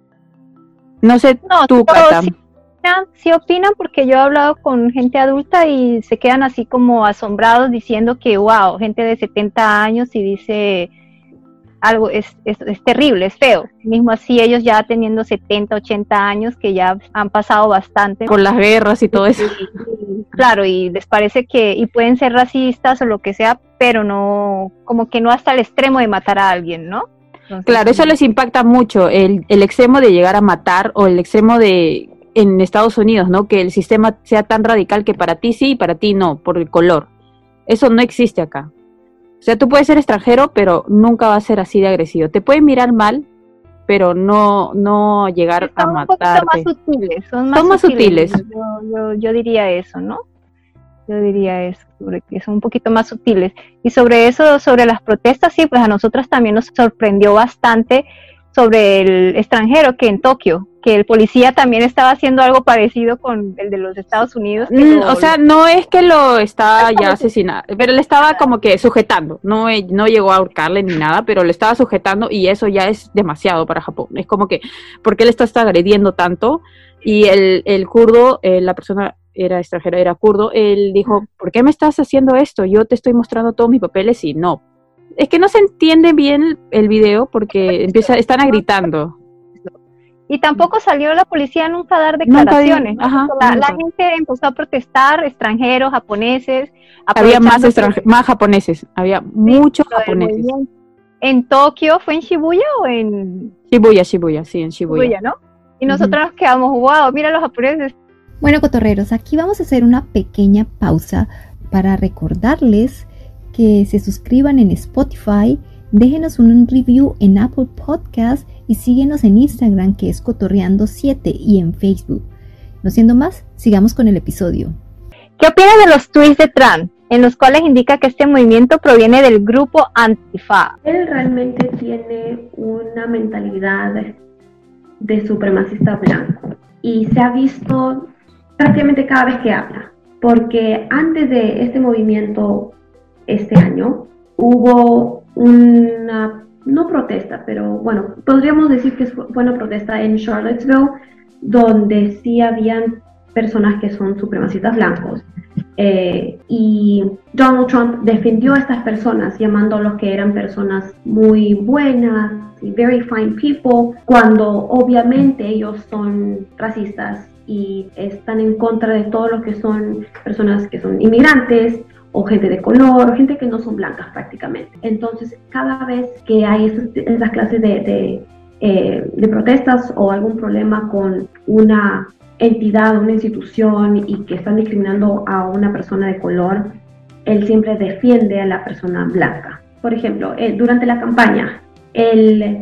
No sé, no, tú, Cata. Sí, sí opinan porque yo he hablado con gente adulta y se quedan así como asombrados diciendo que, wow, gente de setenta años y dice algo, es, es, es terrible, es feo. Mismo así ellos ya teniendo setenta, ochenta años que ya han pasado bastante. Por las guerras y todo eso. Y, y, claro, y les parece que, y pueden ser racistas o lo que sea, pero no, como que no hasta el extremo de matar a alguien, ¿no? Entonces, claro, eso les impacta mucho, el, el extremo de llegar a matar o el extremo de, en Estados Unidos, ¿no? Que el sistema sea tan radical que para ti sí y para ti no, por el color. Eso no existe acá. O sea, tú puedes ser extranjero, pero nunca va a ser así de agresivo. Te pueden mirar mal, pero no, no llegar a matarte. Son más sutiles, son más, son más sutiles. sutiles. Yo, yo, yo diría eso, ¿no? Yo diría eso, sobre que son un poquito más sutiles. Y sobre eso, sobre las protestas, sí, pues a nosotras también nos sorprendió bastante sobre el extranjero que en Tokio, que el policía también estaba haciendo algo parecido con el de los Estados Unidos. Que mm, lo, o sea, no es que lo estaba ya asesinando, pero le estaba como que sujetando, no, no llegó a ahorcarle ni nada, pero le estaba sujetando y eso ya es demasiado para Japón. Es como que, ¿por qué le está, está agrediendo tanto? Y el, el kurdo, eh, la persona era extranjera, era kurdo, él dijo, ¿por qué me estás haciendo esto? Yo te estoy mostrando todos mis papeles y no. Es que no se entiende bien el video porque empieza, están a gritando. Y tampoco salió la policía nunca a dar declaraciones. Nunca, ajá, la, nunca. la gente empezó a protestar, extranjeros, japoneses. Había más, extranje- más japoneses, había sí, muchos japoneses. ¿En Tokio fue en Shibuya o en...? Shibuya, Shibuya, sí, en Shibuya. Shibuya, ¿no? Y nosotros uh-huh. nos quedamos, wow, mira los japoneses. Bueno, cotorreros, aquí vamos a hacer una pequeña pausa para recordarles que se suscriban en Spotify, déjenos un review en Apple Podcast y síguenos en Instagram, que es Cotorreando siete, y en Facebook. No siendo más, sigamos con el episodio. ¿Qué opinas de los tweets de Trump, en los cuales indica que este movimiento proviene del grupo Antifa? Él realmente tiene una mentalidad de supremacista blanco y se ha visto prácticamente cada vez que habla, porque antes de este movimiento este año hubo una, no protesta, pero bueno, podríamos decir que fue una protesta en Charlottesville, donde sí habían personas que son supremacistas blancos Eh, y Donald Trump defendió a estas personas, llamándolos que eran personas muy buenas y very fine people, cuando obviamente ellos son racistas y están en contra de todo lo que son personas que son inmigrantes o gente de color, o gente que no son blancas prácticamente. Entonces, cada vez que hay esas, esas clases de, de, eh, de protestas o algún problema con una entidad, una institución y que están discriminando a una persona de color, él siempre defiende a la persona blanca. Por ejemplo, eh, durante la campaña, él,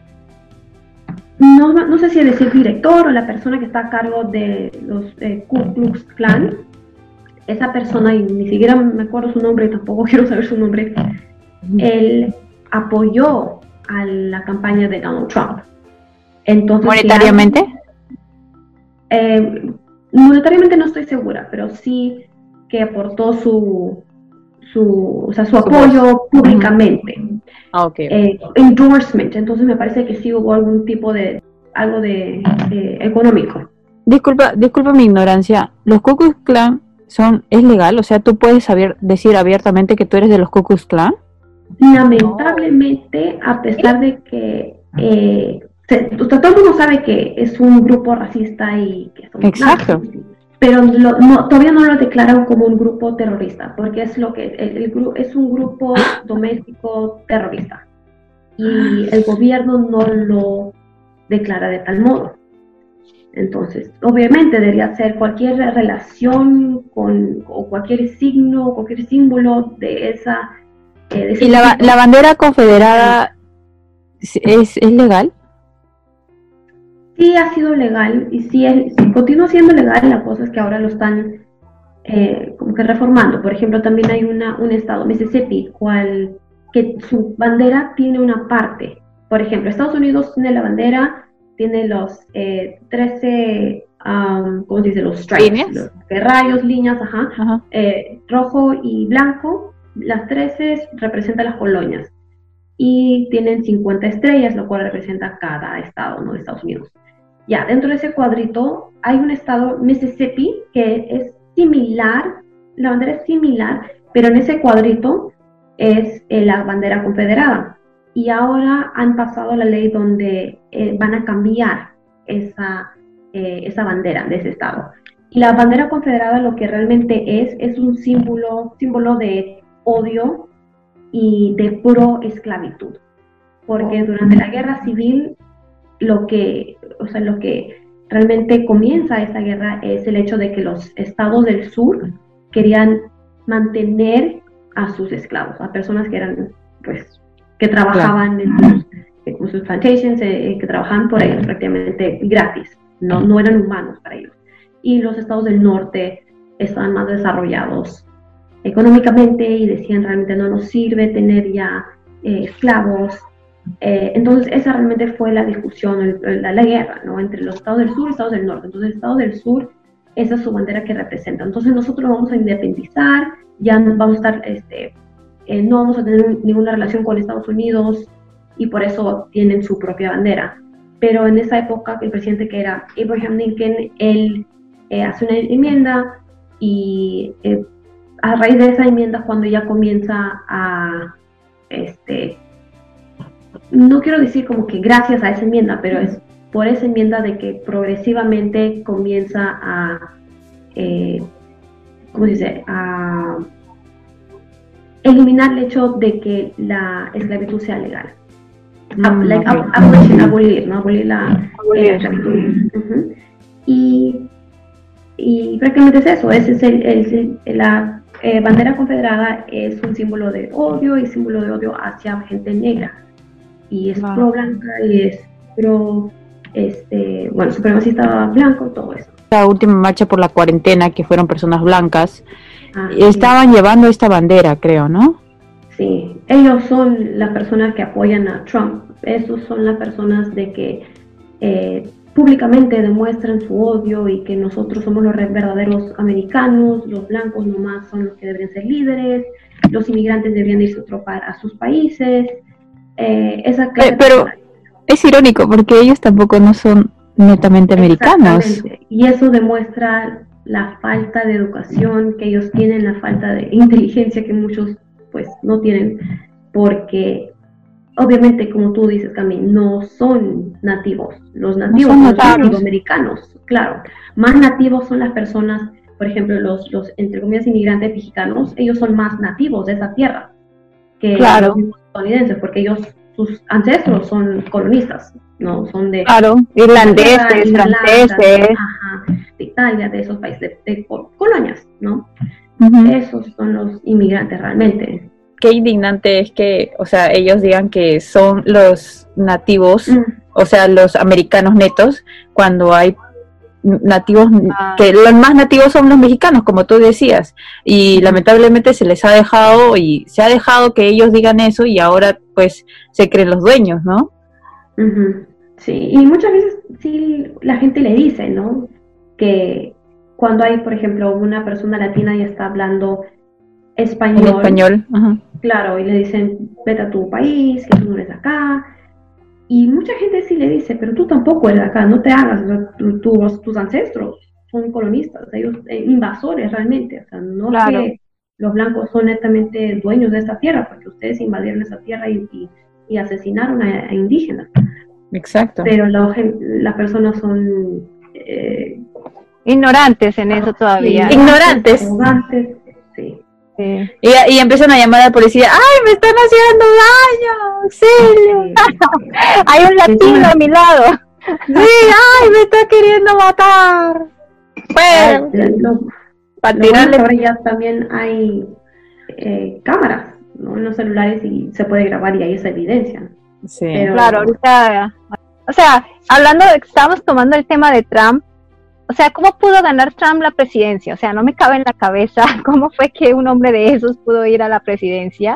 no, no sé si es el director o la persona que está a cargo de los eh, Ku Klux Klan, esa persona, y ni siquiera me acuerdo su nombre, tampoco quiero saber su nombre, él apoyó a la campaña de Donald Trump. Entonces, ¿monetariamente? Si Eh, monetariamente no estoy segura, pero sí que aportó su, su, o sea, su apoyo públicamente. Ah, okay. Eh, endorsement, entonces me parece que sí hubo algún tipo de, algo de, de económico. Disculpa, disculpa mi ignorancia, ¿los Ku Klux Klan son, es legal? O sea, ¿tú puedes saber, decir abiertamente que tú eres de los Ku Klux Klan? Lamentablemente, a pesar de que eh, se, todo el mundo sabe que es un grupo racista y que son exacto, nazis, pero lo, no, todavía no lo declaran como un grupo terrorista, porque es lo que el, el, el, es un grupo doméstico terrorista y el gobierno no lo declara de tal modo. Entonces, obviamente debería ser cualquier relación con o cualquier signo, cualquier símbolo de esa. Eh, de ese ¿Y la, la bandera confederada es, es legal? Sí, ha sido legal y sí, es, sí continúa siendo legal. La cosa es que ahora lo están eh, como que reformando. Por ejemplo, también hay una, un estado, Mississippi, cual, que su bandera tiene una parte. Por ejemplo, Estados Unidos tiene la bandera, tiene los eh, trece, um, ¿cómo se dice? Los stripes, los rayos, líneas, ajá, ajá. Eh, rojo y blanco. Las trece representan las colonias y tienen cincuenta estrellas, lo cual representa cada estado, ¿no? De Estados Unidos. Ya, dentro de ese cuadrito hay un estado, Mississippi, que es similar, la bandera es similar, pero en ese cuadrito es eh, la bandera confederada. Y ahora han pasado la ley donde eh, van a cambiar esa, eh, esa bandera de ese estado. Y la bandera confederada lo que realmente es, es un símbolo, símbolo de odio y de pro esclavitud. Porque durante la guerra civil, lo que, o sea, lo que realmente comienza esa guerra es el hecho de que los estados del sur querían mantener a sus esclavos, a personas que eran, pues, que trabajaban claro. en, sus, en sus plantations, eh, que trabajaban por ellos prácticamente gratis, no, no eran humanos para ellos. Y los estados del norte estaban más desarrollados económicamente y decían realmente no nos sirve tener ya eh, esclavos. Eh, entonces esa realmente fue la discusión, la, la guerra, ¿no? Entre los estados del sur y estados del norte. Entonces el estado del sur, esa es su bandera que representa. Entonces nosotros vamos a independizar, ya vamos a estar... Este, Eh, no vamos a tener ninguna relación con Estados Unidos y por eso tienen su propia bandera. Pero en esa época el presidente que era Abraham Lincoln, él eh, hace una enmienda y eh, a raíz de esa enmienda es cuando ya comienza a, este, no quiero decir como que gracias a esa enmienda, pero es por esa enmienda de que progresivamente comienza a, eh, ¿cómo se dice?, a eliminar el hecho de que la esclavitud sea legal. Mm, like, okay. abolir, abolir, ¿no? Abolir la abolir. Eh, esclavitud. Uh-huh. Y, y prácticamente es eso, ese es el, el, el, la eh, bandera confederada es un símbolo de odio y símbolo de odio hacia gente negra. Y es wow. pro blanca y es pro, este, bueno, supremacista blanco, todo eso. La última marcha por la cuarentena, que fueron personas blancas, Ah, estaban sí. llevando esta bandera, creo, ¿no? Sí, ellos son las personas que apoyan a Trump. Esos son las personas de que eh, públicamente demuestran su odio y que nosotros somos los verdaderos americanos, los blancos nomás son los que deberían ser líderes, los inmigrantes deberían irse a otro par a sus países. Eh, esa clase eh, pero de... es irónico porque ellos tampoco no son netamente americanos. Y eso demuestra la falta de educación que ellos tienen, la falta de inteligencia que muchos pues no tienen, porque obviamente, como tú dices, Cami, no son nativos. Los nativos no son, son los nativos americanos, claro. Más nativos son las personas, por ejemplo, los, los entre comillas inmigrantes mexicanos, ellos son más nativos de esa tierra que claro. los estadounidenses, porque elellos, sus ancestros son colonistas, no son de claro, irlandeses, Irlanda, franceses, ajá, de Italia, de esos países, de, de colonias, ¿no? Ujú. Esos son los inmigrantes realmente. Qué indignante es que, o sea, ellos digan que son los nativos, Mm. o sea, los americanos netos, cuando hay nativos, Ah. que los más nativos son los mexicanos, como tú decías, y lamentablemente se les ha dejado, y se ha dejado que ellos digan eso, y ahora pues se creen los dueños, ¿no? Ujú. Sí, y muchas veces sí la gente le dice, ¿no? Que cuando hay, por ejemplo, una persona latina y está hablando En español, español. Ajá. claro, y le dicen, vete a tu país, que tú no eres de acá. Y mucha gente sí le dice, pero tú tampoco eres de acá, no te hagas, o sea, tú- tú- tus ancestros son colonistas, ellos eh, invasores realmente, o sea, no Claro. que los blancos son netamente dueños de esta tierra, porque ustedes invadieron esa tierra y, y, y asesinaron a, a indígenas, Exacto. pero la gen- las personas son eh, ignorantes en eso todavía. sí, Ignorantes. arrogantes, sí. Sí. Y, y empiezan a llamar a la policía, ¡ay, me están haciendo daño! ¡Auxilio! Sí. Hay un latino a mi lado. ¡Sí, ay, me está queriendo matar! Bueno, Ay, lo- para Lo bueno es que tirarle... ahora ya también hay eh, cámaras, ¿no? En los celulares y se puede grabar y hay esa evidencia. Sí. Pero- Claro, ahorita, o sea, hablando de que estábamos tomando el tema de Trump, o sea, ¿cómo pudo ganar Trump la presidencia? O sea, no me cabe en la cabeza cómo fue que un hombre de esos pudo ir a la presidencia.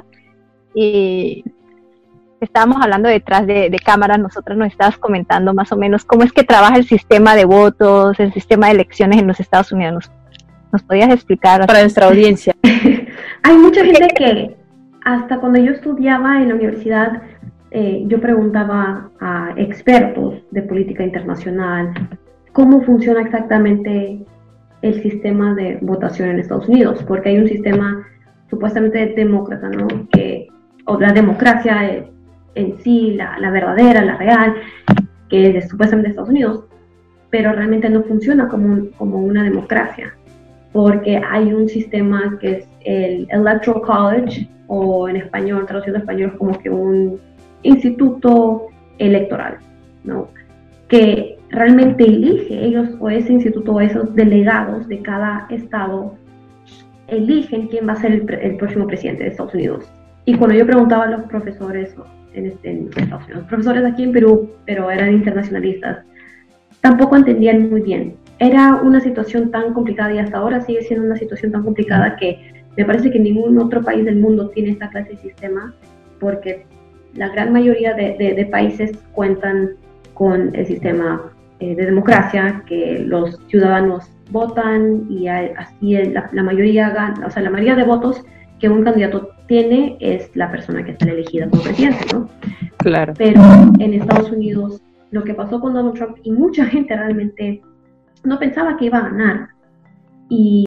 Y estábamos hablando detrás de, de cámaras, nosotros nos estabas comentando más o menos cómo es que trabaja el sistema de votos, el sistema de elecciones en los Estados Unidos. ¿Nos, nos podías explicar? Para nuestra audiencia. Hay mucha gente que hasta cuando yo estudiaba en la universidad, eh, yo preguntaba a expertos de política internacional cómo funciona exactamente el sistema de votación en Estados Unidos, porque hay un sistema supuestamente demócrata, ¿no? Que, o la democracia eh, en sí, la, la verdadera, la real, que es supuestamente de Estados Unidos, pero realmente no funciona como, un, como una democracia, porque hay un sistema que es el Electoral College, o en español, traducido en español, es como que un instituto electoral, ¿no? Que realmente elige ellos, o ese instituto, o esos delegados de cada estado, eligen quién va a ser el, el próximo presidente de Estados Unidos. Y cuando yo preguntaba a los profesores en, este, en Estados Unidos, profesores aquí en Perú, pero eran internacionalistas, tampoco entendían muy bien. Era una situación tan complicada, y hasta ahora sigue siendo una situación tan complicada, que me parece que ningún otro país del mundo tiene esta clase de sistema, porque la gran mayoría de, de, de países cuentan con el sistema eh, de democracia, que los ciudadanos votan y hay, así la, la mayoría gana, o sea, la mayoría de votos que un candidato tiene es la persona que está elegida como presidente, ¿no? Claro. Pero en Estados Unidos, lo que pasó con Donald Trump, y mucha gente realmente no pensaba que iba a ganar, y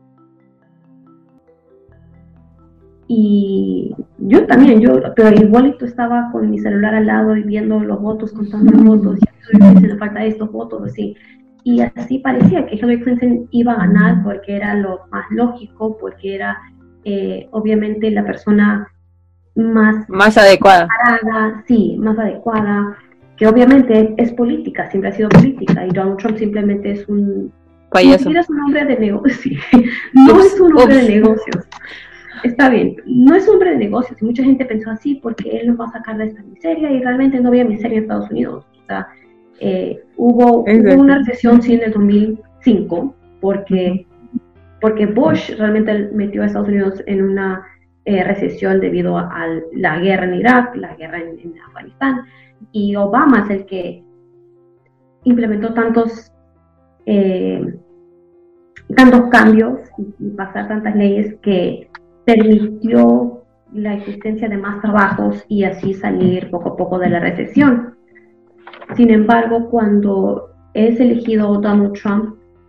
y yo también, yo, pero igualito estaba con mi celular al lado y viendo los votos, contando los votos, y a Hillary le falta estos votos, así. Y así parecía que Hillary Clinton iba a ganar, porque era lo más lógico, porque era eh, obviamente la persona más Más adecuada. preparada, sí, más adecuada, que obviamente es política, siempre ha sido política, y Donald Trump simplemente es un... Ni Payaso. siquiera es un hombre de negocios, no Ups, es un hombre ups. de negocios. Está bien, no es hombre de negocios, y mucha gente pensó así porque él nos va a sacar de esta miseria, y realmente no había miseria en Estados Unidos. O sea, eh, hubo, hubo una recesión sí en el dos mil cinco, porque, porque Bush realmente metió a Estados Unidos en una eh, recesión debido a, a la guerra en Irak, la guerra en, en Afganistán, y Obama es el que implementó tantos eh, tantos cambios y pasar tantas leyes que permitió la existencia de más trabajos y así salir poco a poco de la recesión. Sin embargo, cuando es elegido Donald Trump,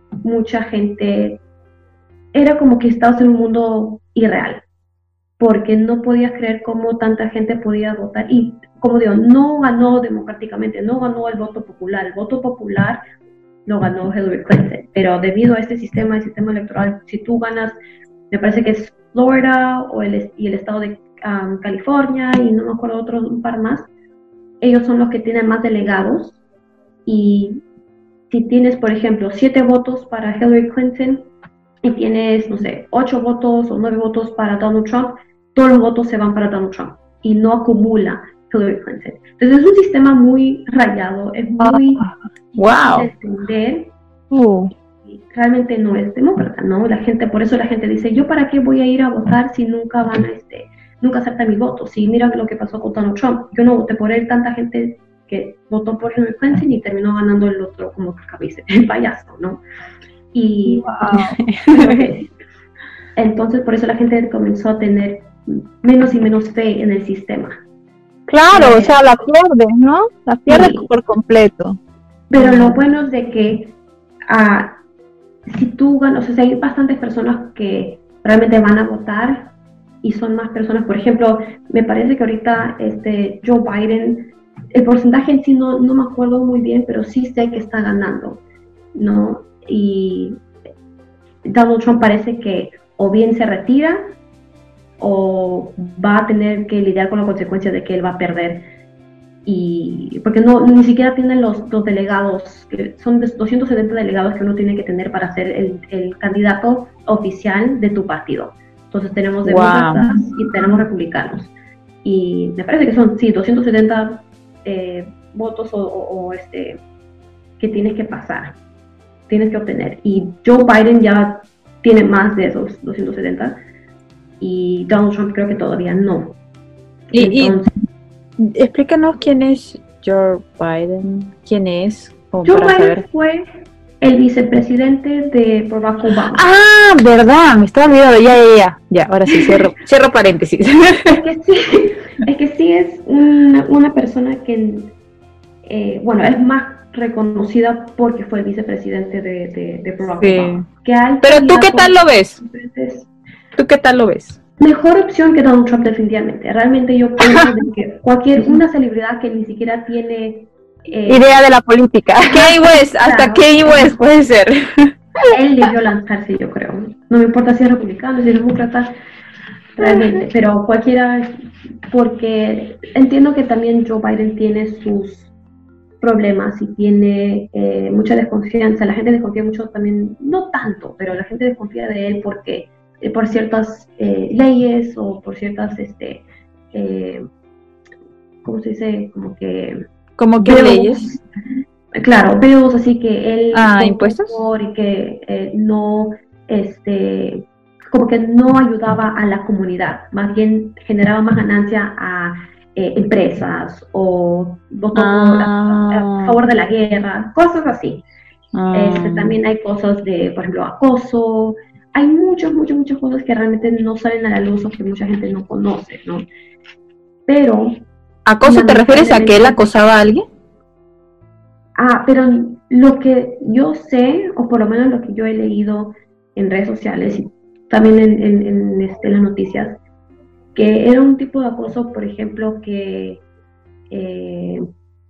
mucha gente, era como que estabas en un mundo irreal, porque no podías creer cómo tanta gente podía votar. Y como digo, no ganó democráticamente, no ganó el voto popular. El voto popular lo ganó Hillary Clinton, pero debido a este sistema, el sistema electoral, si tú ganas, me parece que es Florida o el, y el estado de um, California y no me acuerdo otro, un par más, ellos son los que tienen más delegados. Y si tienes, por ejemplo, siete votos para Hillary Clinton y tienes, no sé, ocho votos o nueve votos para Donald Trump, todos los votos se van para Donald Trump y no acumula Hillary Clinton. Entonces es un sistema muy rayado, es muy wow. difícil de entender. Uh. Y realmente no es demócrata, ¿no? La gente, por eso la gente dice, ¿yo para qué voy a ir a votar si nunca van a, este, nunca acepta mi voto? Si mira lo que pasó con Donald Trump, yo no voté por él, tanta gente que votó por Hillary Clinton y terminó ganando el otro como cabeza, el payaso, ¿no? Y wow. Entonces por eso la gente comenzó a tener menos y menos fe en el sistema. Claro, eh, o sea, la pierde, ¿no? La pierde sí. por completo. Pero lo bueno es de que uh, si tú ganas, o sea, hay bastantes personas que realmente van a votar y son más personas, por ejemplo, me parece que ahorita este Joe Biden, el porcentaje en sí no, no me acuerdo muy bien, pero sí sé que está ganando, ¿no? Y Donald Trump parece que o bien se retira o va a tener que lidiar con la consecuencia de que él va a perder, y porque no ni siquiera tienen los, los delegados, que son doscientos setenta delegados que uno tiene que tener para ser el, el candidato oficial de tu partido. Entonces tenemos demócratas wow. y tenemos republicanos, y me parece que son, sí, doscientos setenta eh, votos o, o, o este que tienes que pasar, tienes que obtener, y Joe Biden ya tiene más de esos doscientos setenta, y Donald Trump creo que todavía no. Y, Entonces, y explícanos quién es Joe Biden, quién es. Joe Biden saber. Fue el vicepresidente de Barack Obama. Ah, verdad, me estaba olvidando, ya, ya, ya, ya, ahora sí, cierro, cierro paréntesis. Es que sí, es que sí es una, una persona que, eh, bueno, es más reconocida porque fue el vicepresidente de, de, de Barack sí. Obama. Que Pero tú, ¿qué tal lo ves? ¿Tú qué tal lo ves? Mejor opción que Donald Trump, definitivamente. Realmente yo pienso de que cualquier, una celebridad que ni siquiera tiene eh, idea de la política. Kanye West, hasta claro. Kanye West puede ser. Él debió lanzarse, yo creo. No me importa si es republicano, si es demócrata, realmente, pero cualquiera, porque entiendo que también Joe Biden tiene sus problemas y tiene eh, mucha desconfianza. La gente desconfía mucho también, no tanto, pero la gente desconfía de él porque eh, por ciertas eh, leyes o por ciertas, este, eh, ¿cómo se dice? Como que... ¿Cómo que leyes? Claro, bills, así que él... Ah, ¿impuestos? Y que eh, no, este, como que no ayudaba a la comunidad, más bien generaba más ganancia a eh, empresas o votó ah. a, a favor de la guerra, cosas así. Ah. Este, también hay cosas de, por ejemplo, acoso. Hay muchas, muchas, muchas cosas que realmente no salen a la luz o que mucha gente no conoce, ¿no? Pero... ¿Acoso te refieres a que él acosaba a alguien? Ah, pero lo que yo sé, o por lo menos lo que yo he leído en redes sociales y también en, en, en este, las noticias, que era un tipo de acoso, por ejemplo, que eh,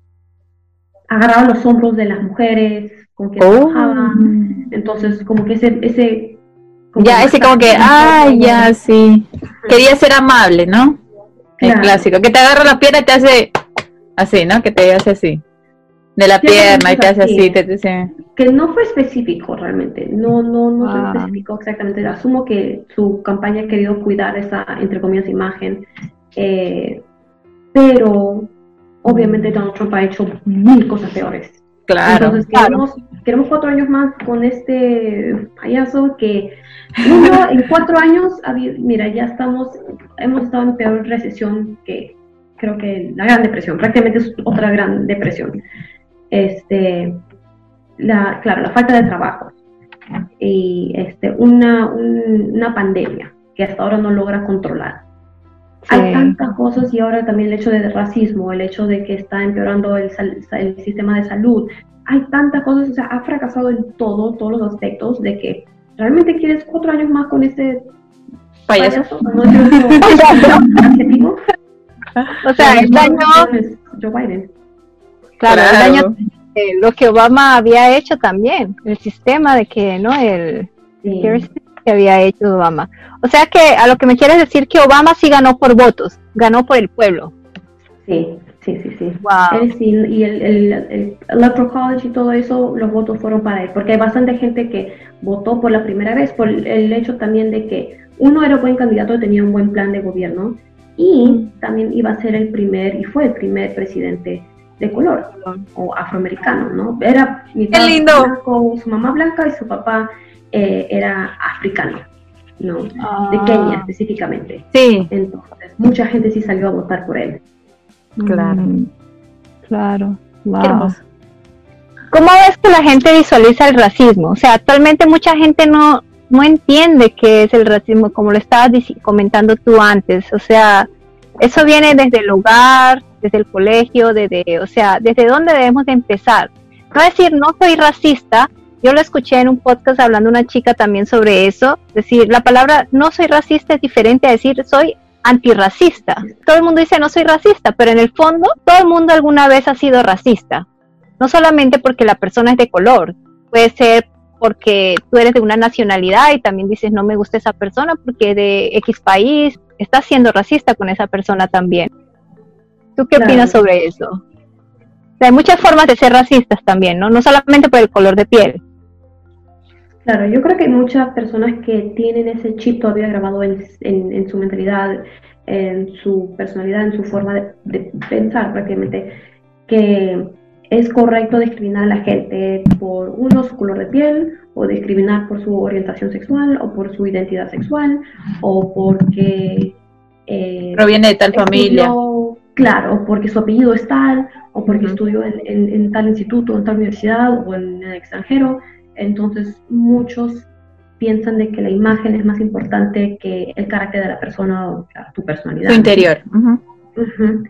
agarraba los hombros de las mujeres con que oh. trabajaban. Entonces, como que ese... ese como ya, ese como que, ah, ya, sí. Quería ser amable, ¿no? El claro. clásico, que te agarra la pierna y te hace así, ¿no? Que te hace así. De la sí, pierna y te hace así. Te, te, te... Que no fue específico realmente, no no no ah. fue específico exactamente. Asumo que su campaña ha querido cuidar esa, entre comillas, imagen. Eh, pero, obviamente, Donald Trump ha hecho mil cosas peores. Claro. Entonces, queremos, claro. queremos cuatro años más con este payaso que... Uno, en cuatro años, mira, ya estamos, hemos estado en peor recesión que, creo que la Gran Depresión, prácticamente es otra Gran Depresión. Este, la, claro, la falta de trabajo y este, una, un, una pandemia que hasta ahora no logra controlar. Sí. Hay tantas cosas, y ahora también el hecho de racismo, el hecho de que está empeorando el, el sistema de salud. hay tantas cosas, o sea, ha fracasado en todo, todos los aspectos, de que realmente quieres cuatro años más con este payaso. payaso, no quiero otro adjetivo. O sea, el daño, Joe Biden. claro, el Claro. daño, eh, lo que Obama había hecho también, el sistema de que, ¿no? El Sí. que había hecho Obama. O sea que a lo que me quieres decir que Obama sí ganó por votos, ganó por el pueblo. Sí, sí, sí, sí. Wow. Él sí, y el, el, el Electoral College y todo eso, los votos fueron para él, porque hay bastante gente que votó por la primera vez, por el hecho también de que uno era buen candidato, tenía un buen plan de gobierno, y también iba a ser el primer, y fue el primer presidente de color, o afroamericano, ¿no? Era mitad ¡Qué lindo! blanco, su mamá blanca y su papá eh, era africano, ¿no? De Ah. Kenia específicamente. Sí, Entonces, mucha gente sí salió a votar por él. claro. Mm, claro. Wow. Qué hermoso. ¿Cómo ves que la gente visualiza el racismo? O sea, actualmente mucha gente no, no entiende qué es el racismo, como lo estabas dic- comentando tú antes. O sea, eso viene desde el hogar, desde el colegio, desde, o sea, desde dónde debemos de empezar. No decir no soy racista. Yo lo escuché en un podcast hablando una chica también sobre eso. Decir, la palabra no soy racista es diferente a decir soy antirracista. Todo el mundo dice no soy racista, pero en el fondo todo el mundo alguna vez ha sido racista. No solamente porque la persona es de color, puede ser porque tú eres de una nacionalidad y también dices no me gusta esa persona porque es de X país, estás siendo racista con esa persona también. ¿Tú qué Claro. opinas sobre eso? O sea, hay muchas formas de ser racistas también, ¿no? No solamente por el color de piel. Claro, yo creo que hay muchas personas que tienen ese chip todavía grabado en, en, en su mentalidad, en su personalidad, en su forma de, de pensar prácticamente, que es correcto discriminar a la gente por uno, su color de piel, o discriminar por su orientación sexual, o por su identidad sexual, o porque eh, Proviene de tal familia. estudió, claro, porque su apellido es tal, o porque Ujú. estudió en, en, en tal instituto, en tal universidad, o en el extranjero. Entonces muchos piensan de que la imagen es más importante que el carácter de la persona o sea, tu personalidad. Su interior. Ujú. Ujú.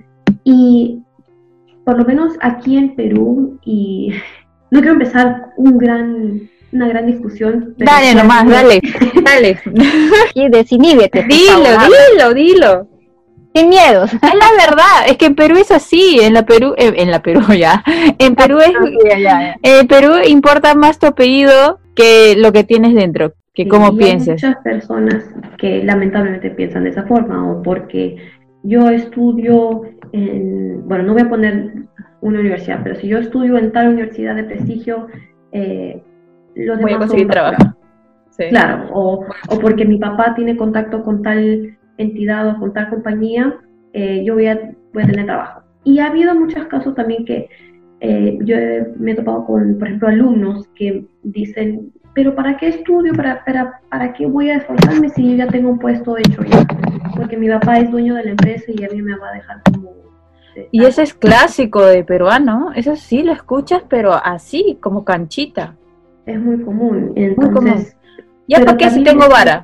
Y por lo menos aquí en Perú, y no quiero empezar un gran, una gran discusión. pero Dale sí nomás, hay- dale, dale. Y desiníbete. por Dilo, favor, habla. dilo, dilo. Sin miedos. Es la verdad, es que en Perú es así, en la Perú, eh, en la Perú ya, en Perú es, Ya, ya, ya. en Perú importa más tu apellido que lo que tienes dentro, que Sí, cómo y hay pienses. muchas personas que lamentablemente piensan de esa forma, o porque yo estudio en, bueno, no voy a poner una universidad, pero si yo estudio en tal universidad de prestigio, eh, los Voy a demás conseguir son basura. trabajo. Sí. Claro, o, o porque mi papá tiene contacto con tal entidad o con tal compañía, eh, yo voy a, voy a tener trabajo. Y ha habido muchos casos también que eh, yo he- me he topado con, por ejemplo, alumnos que dicen, pero ¿para qué estudio? ¿Para, para, ¿Para qué voy a esforzarme si yo ya tengo un puesto hecho ya? Porque mi papá es dueño de la empresa y a mí me va a dejar como... eh, Y ese es clásico de peruano. Eso sí lo escuchas, pero así, como canchita. Es muy común. Muy Entonces, común. ¿Ya pero para qué si también tengo es- vara?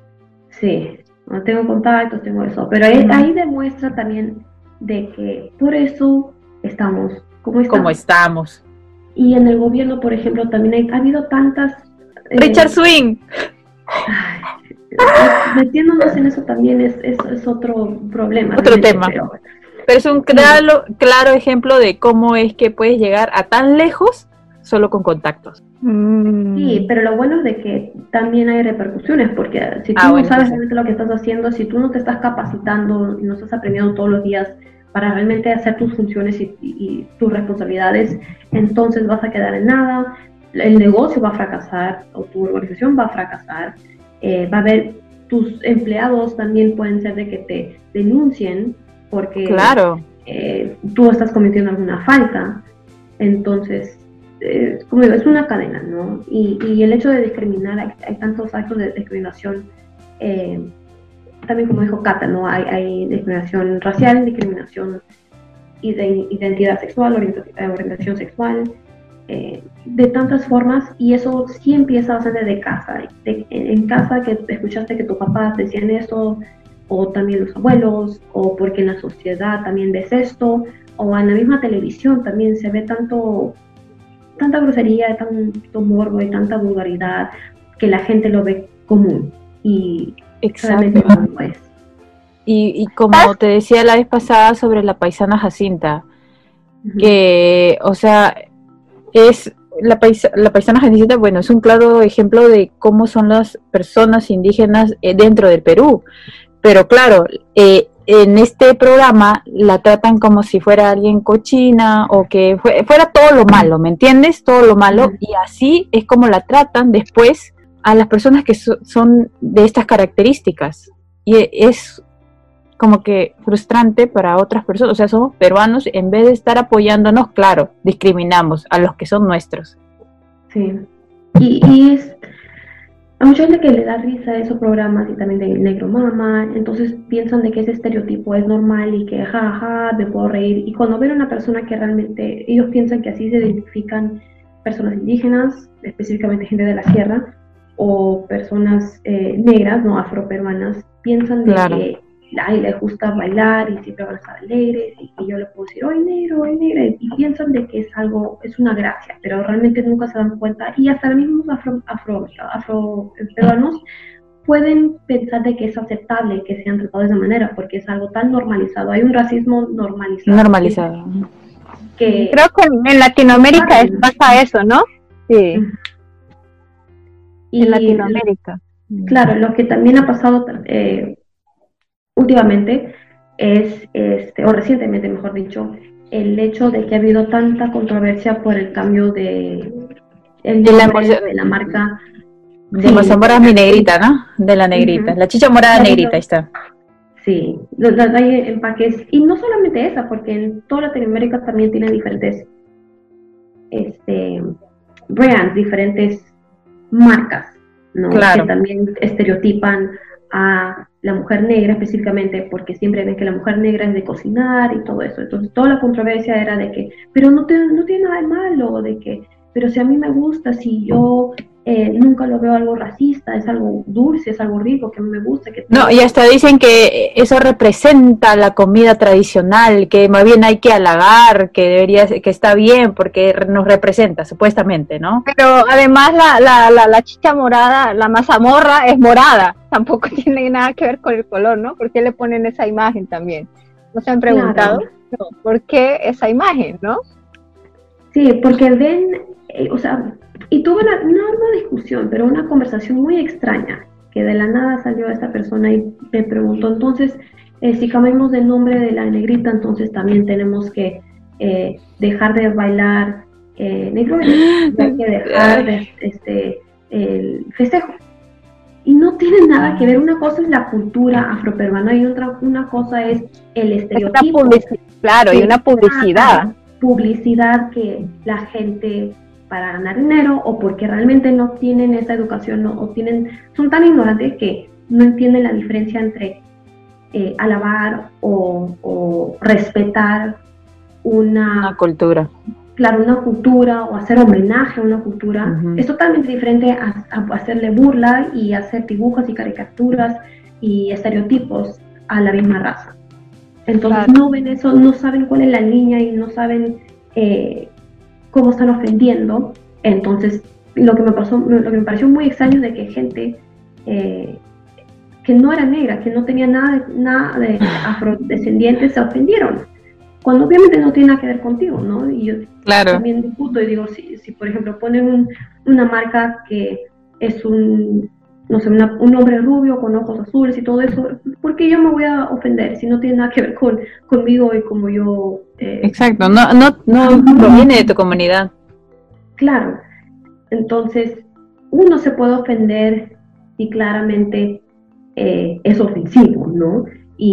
Sí, no tengo contactos, tengo eso, pero ahí, Ujú. ahí demuestra también de que por eso estamos como estamos. Como estamos. Y en el gobierno, por ejemplo, también hay, ha habido tantas... eh, Richard Swing. ay, metiéndonos en eso también es, es, es otro problema. Otro realmente, tema. Pero, Pero es un claro, claro ejemplo de cómo es que puedes llegar a tan lejos solo con contactos. Mm. sí, pero lo bueno es de que también hay repercusiones, porque si tú Ah, no bueno, sabes sí. realmente lo que estás haciendo, si tú no te estás capacitando y no estás aprendiendo todos los días para realmente hacer tus funciones y, y- y tus responsabilidades, entonces vas a quedar en nada, el negocio va a fracasar o tu organización va a fracasar, eh, va a haber, tus empleados también pueden ser de que te denuncien porque Claro, eh, tú estás cometiendo alguna falta. Entonces, eh, como digo, es una cadena, ¿no? Y, y el hecho de discriminar, hay, hay tantos actos de discriminación, eh, también como dijo Cata, ¿no? Hay, hay discriminación racial, discriminación y de identidad sexual, orienta- eh, orientación sexual, eh, de tantas formas, y eso sí empieza bastante de casa. De- en casa que escuchaste que tus papás decían eso, o también los abuelos, o porque en la sociedad también ves esto, o en la misma televisión también se ve tanto tanta grosería, tanto morbo y tanta vulgaridad que la gente lo ve común y realmente no lo es. Y, y como te decía la vez pasada sobre la paisana Jacinta, uh-huh. que, o sea, es la, paisa, la paisana Jacinta, bueno, es un claro ejemplo de cómo son las personas indígenas eh, dentro del Perú. Pero claro, eh, en este programa la tratan como si fuera alguien cochina o que fue, fuera todo lo malo, ¿me entiendes? Todo lo malo, uh-huh. y así es como la tratan después a las personas que so, son de estas características. Y es como que frustrante para otras personas, o sea, somos peruanos, en vez de estar apoyándonos, claro, discriminamos a los que son nuestros. Sí, y, y es, a mucha gente que le da risa a esos programas y también de Negro Mama, entonces piensan de que ese estereotipo es normal y que jaja, ja, me puedo reír, y cuando ven a una persona que realmente, ellos piensan que así se identifican personas indígenas, específicamente gente de la sierra, o personas eh, negras, no afroperuanas, piensan de claro. que ay, les gusta bailar y siempre van a estar alegres y, y yo le puedo decir, ¡ay, negro, ay, negra! Y piensan de que es algo, es una gracia, pero realmente nunca se dan cuenta. Y hasta los mismos afro, afro, afro peruanos pueden pensar de que es aceptable que sean tratados de esa manera, porque es algo tan normalizado. Hay un racismo normalizado. Normalizado. Que, Creo que en Latinoamérica es, pasa eso, ¿no? Sí. Y, en Latinoamérica. Claro, lo que también ha pasado... Eh, últimamente es, este, o recientemente mejor dicho, el hecho de que ha habido tanta controversia por el cambio de, el de, la, de la marca de sí, Mozamora mi negrita, ¿no? De la negrita, uh-huh. La chicha morada sí, negrita, ahí está. Sí, hay empaques, y no solamente esa, porque en toda Latinoamérica también tienen diferentes este, brands, diferentes marcas, ¿no? Claro. Que también estereotipan a la mujer negra específicamente, porque siempre ven que la mujer negra es de cocinar y todo eso. Entonces toda la controversia era de que, pero no, te, no tiene nada de malo, de que, pero si a mí me gusta, si yo eh, nunca lo veo algo racista, es algo dulce, es algo rico, que a mí me gusta. Que no, y hasta dicen que eso representa la comida tradicional, que más bien hay que halagar, que debería, que está bien, porque nos representa, supuestamente, ¿no? Pero además la, la, la, la chicha morada, la mazamorra es morada, tampoco tiene nada que ver con el color, ¿no? ¿Por qué le ponen esa imagen también? ¿No se han preguntado? Claro. No, ¿por qué esa imagen, no? Sí, porque ven, eh, o sea, y tuve una, no una discusión, pero una conversación muy extraña, que de la nada salió esta persona y me preguntó, entonces, eh, si cambiamos el nombre de la negrita, entonces también tenemos que eh, dejar de bailar eh, negro, hay que dejar de, este, el festejo. Y no tiene nada que ver, una cosa es la cultura afroperuana y otra una cosa es el estereotipo. Es claro, y una publicidad. Publicidad que la gente, para ganar dinero o porque realmente no tienen esa educación no, o tienen, son tan ignorantes que no entienden la diferencia entre eh, alabar o, o respetar una, una cultura. Claro, una cultura o hacer homenaje a una cultura. Uh-huh. Es totalmente diferente a, a hacerle burla y hacer dibujos y caricaturas y estereotipos a la misma raza. Entonces claro. No ven eso, no saben cuál es la línea y no saben eh, cómo están ofendiendo. Entonces lo que me pasó, lo que me pareció muy extraño es de que gente eh, que no era negra, que no tenía nada de, nada de afrodescendientes se ofendieron, cuando obviamente no tiene nada que ver contigo, ¿no? Y yo claro. También discuto y digo, si, si por ejemplo ponen un, una marca que es un, no sé, una, un hombre rubio con ojos azules y todo eso, ¿por qué yo me voy a ofender si no tiene nada que ver con, conmigo y como yo... Eh, Exacto, no, no, no proviene de tu comunidad. Claro, entonces uno se puede ofender y claramente eh, es ofensivo, ¿no?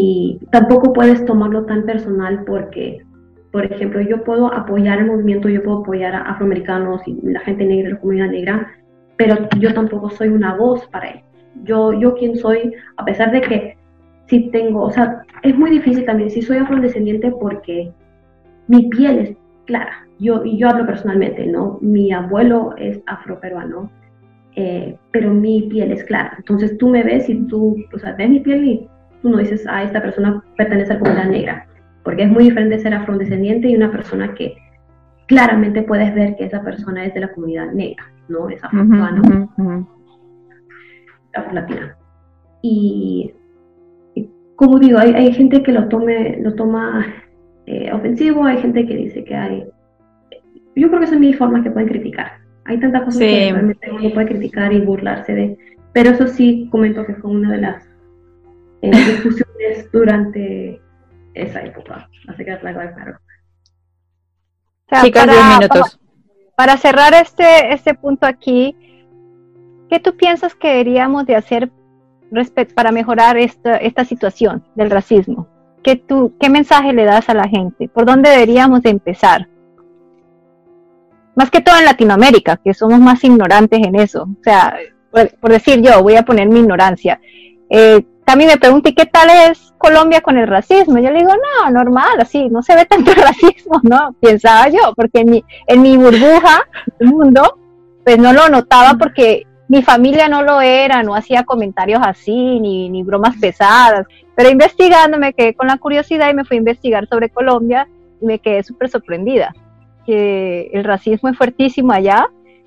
Y tampoco puedes tomarlo tan personal porque, por ejemplo, yo puedo apoyar el movimiento, yo puedo apoyar a afroamericanos y la gente negra, la comunidad negra, pero yo tampoco soy una voz para él. Yo, yo quien soy, a pesar de que sí tengo, o sea, es muy difícil también, sí soy afrodescendiente porque mi piel es clara, yo, y yo hablo personalmente, ¿no? Mi abuelo es afroperuano, eh, pero mi piel es clara. Entonces tú me ves y tú, o sea, ves mi piel y tú no dices, ah, esta persona pertenece a la comunidad negra, porque es muy diferente ser afrodescendiente y una persona que claramente puedes ver que esa persona es de la comunidad negra, ¿no? Es afroamericana, uh-huh, uh-huh. afro-latina. Y, y como digo, hay, hay gente que lo, tome, lo toma eh, ofensivo, hay gente que dice que hay... Yo creo que son mil formas que pueden criticar. Hay tantas cosas sí. que realmente uno puede criticar y burlarse de... Pero eso sí, comento que fue una de las eh, discusiones durante esa época. Así que Black Lives Matter. O sea, Chicas, para, diez minutos. Para, para cerrar este, este punto aquí, ¿qué tú piensas que deberíamos de hacer respect, para mejorar esta, esta situación del racismo? ¿Qué, tú, ¿Qué mensaje le das a la gente? ¿Por dónde deberíamos de empezar? Más que todo en Latinoamérica, que somos más ignorantes en eso. O sea, por, por decir yo, voy a poner mi ignorancia. Eh, Cami me pregunta, ¿y qué tal es Colombia con el racismo? Yo le digo, no, normal, así, no se ve tanto racismo, ¿no? Pensaba yo, porque en mi, en mi burbuja, el mundo, pues no lo notaba porque mi familia no lo era, no hacía comentarios así, ni, ni bromas pesadas. Pero investigando me quedé con la curiosidad y me fui a investigar sobre Colombia y me quedé súper sorprendida. Que el racismo es fuertísimo allá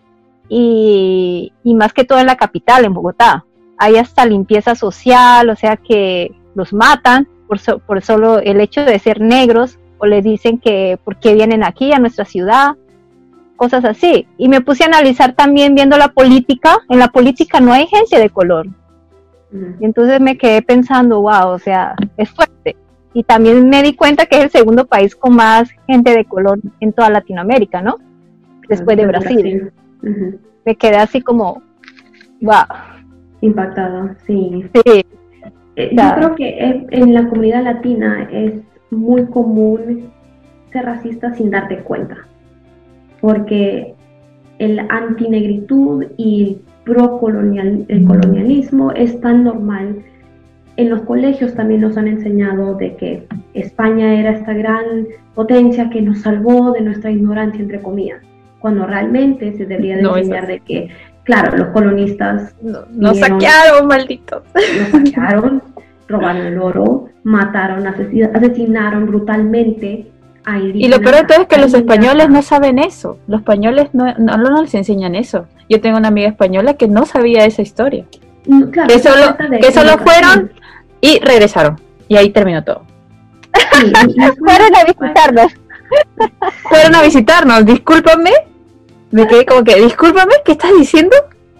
y, y más que todo en la capital, en Bogotá. Hay hasta limpieza social, o sea que los matan por, so, por solo el hecho de ser negros, o les dicen que por qué vienen aquí a nuestra ciudad, cosas así. Y me puse a analizar también viendo la política. En la política no hay gente de color. Mm. Y entonces me quedé pensando, wow, o sea, es fuerte. Y también me di cuenta que es el segundo país con más gente de color en toda Latinoamérica, ¿no? Después de Brasil. Brasil. Uh-huh. Me quedé así como, wow. Impactado, sí. Sí. Eh, yo creo que es, en la comunidad latina es muy común ser racista sin darte cuenta, porque el antinegritud y el procolonial, el colonialismo es tan normal. En los colegios también nos han enseñado de que España era esta gran potencia que nos salvó de nuestra ignorancia, entre comillas, cuando realmente se debería de no, enseñar de que claro, los colonistas nos no saquearon, malditos. Nos saquearon, robaron el oro, mataron, asesinaron brutalmente a indígenas. Y lo peor de todo es que los españoles no saben eso. Los españoles no, no, no les enseñan eso. Yo tengo una amiga española que no sabía esa historia. No, claro, que solo, que solo fueron y regresaron. Y ahí terminó todo. Sí, y, y fueron a visitarnos. Fueron a visitarnos, discúlpame. Me quedé como que, discúlpame, ¿qué estás diciendo?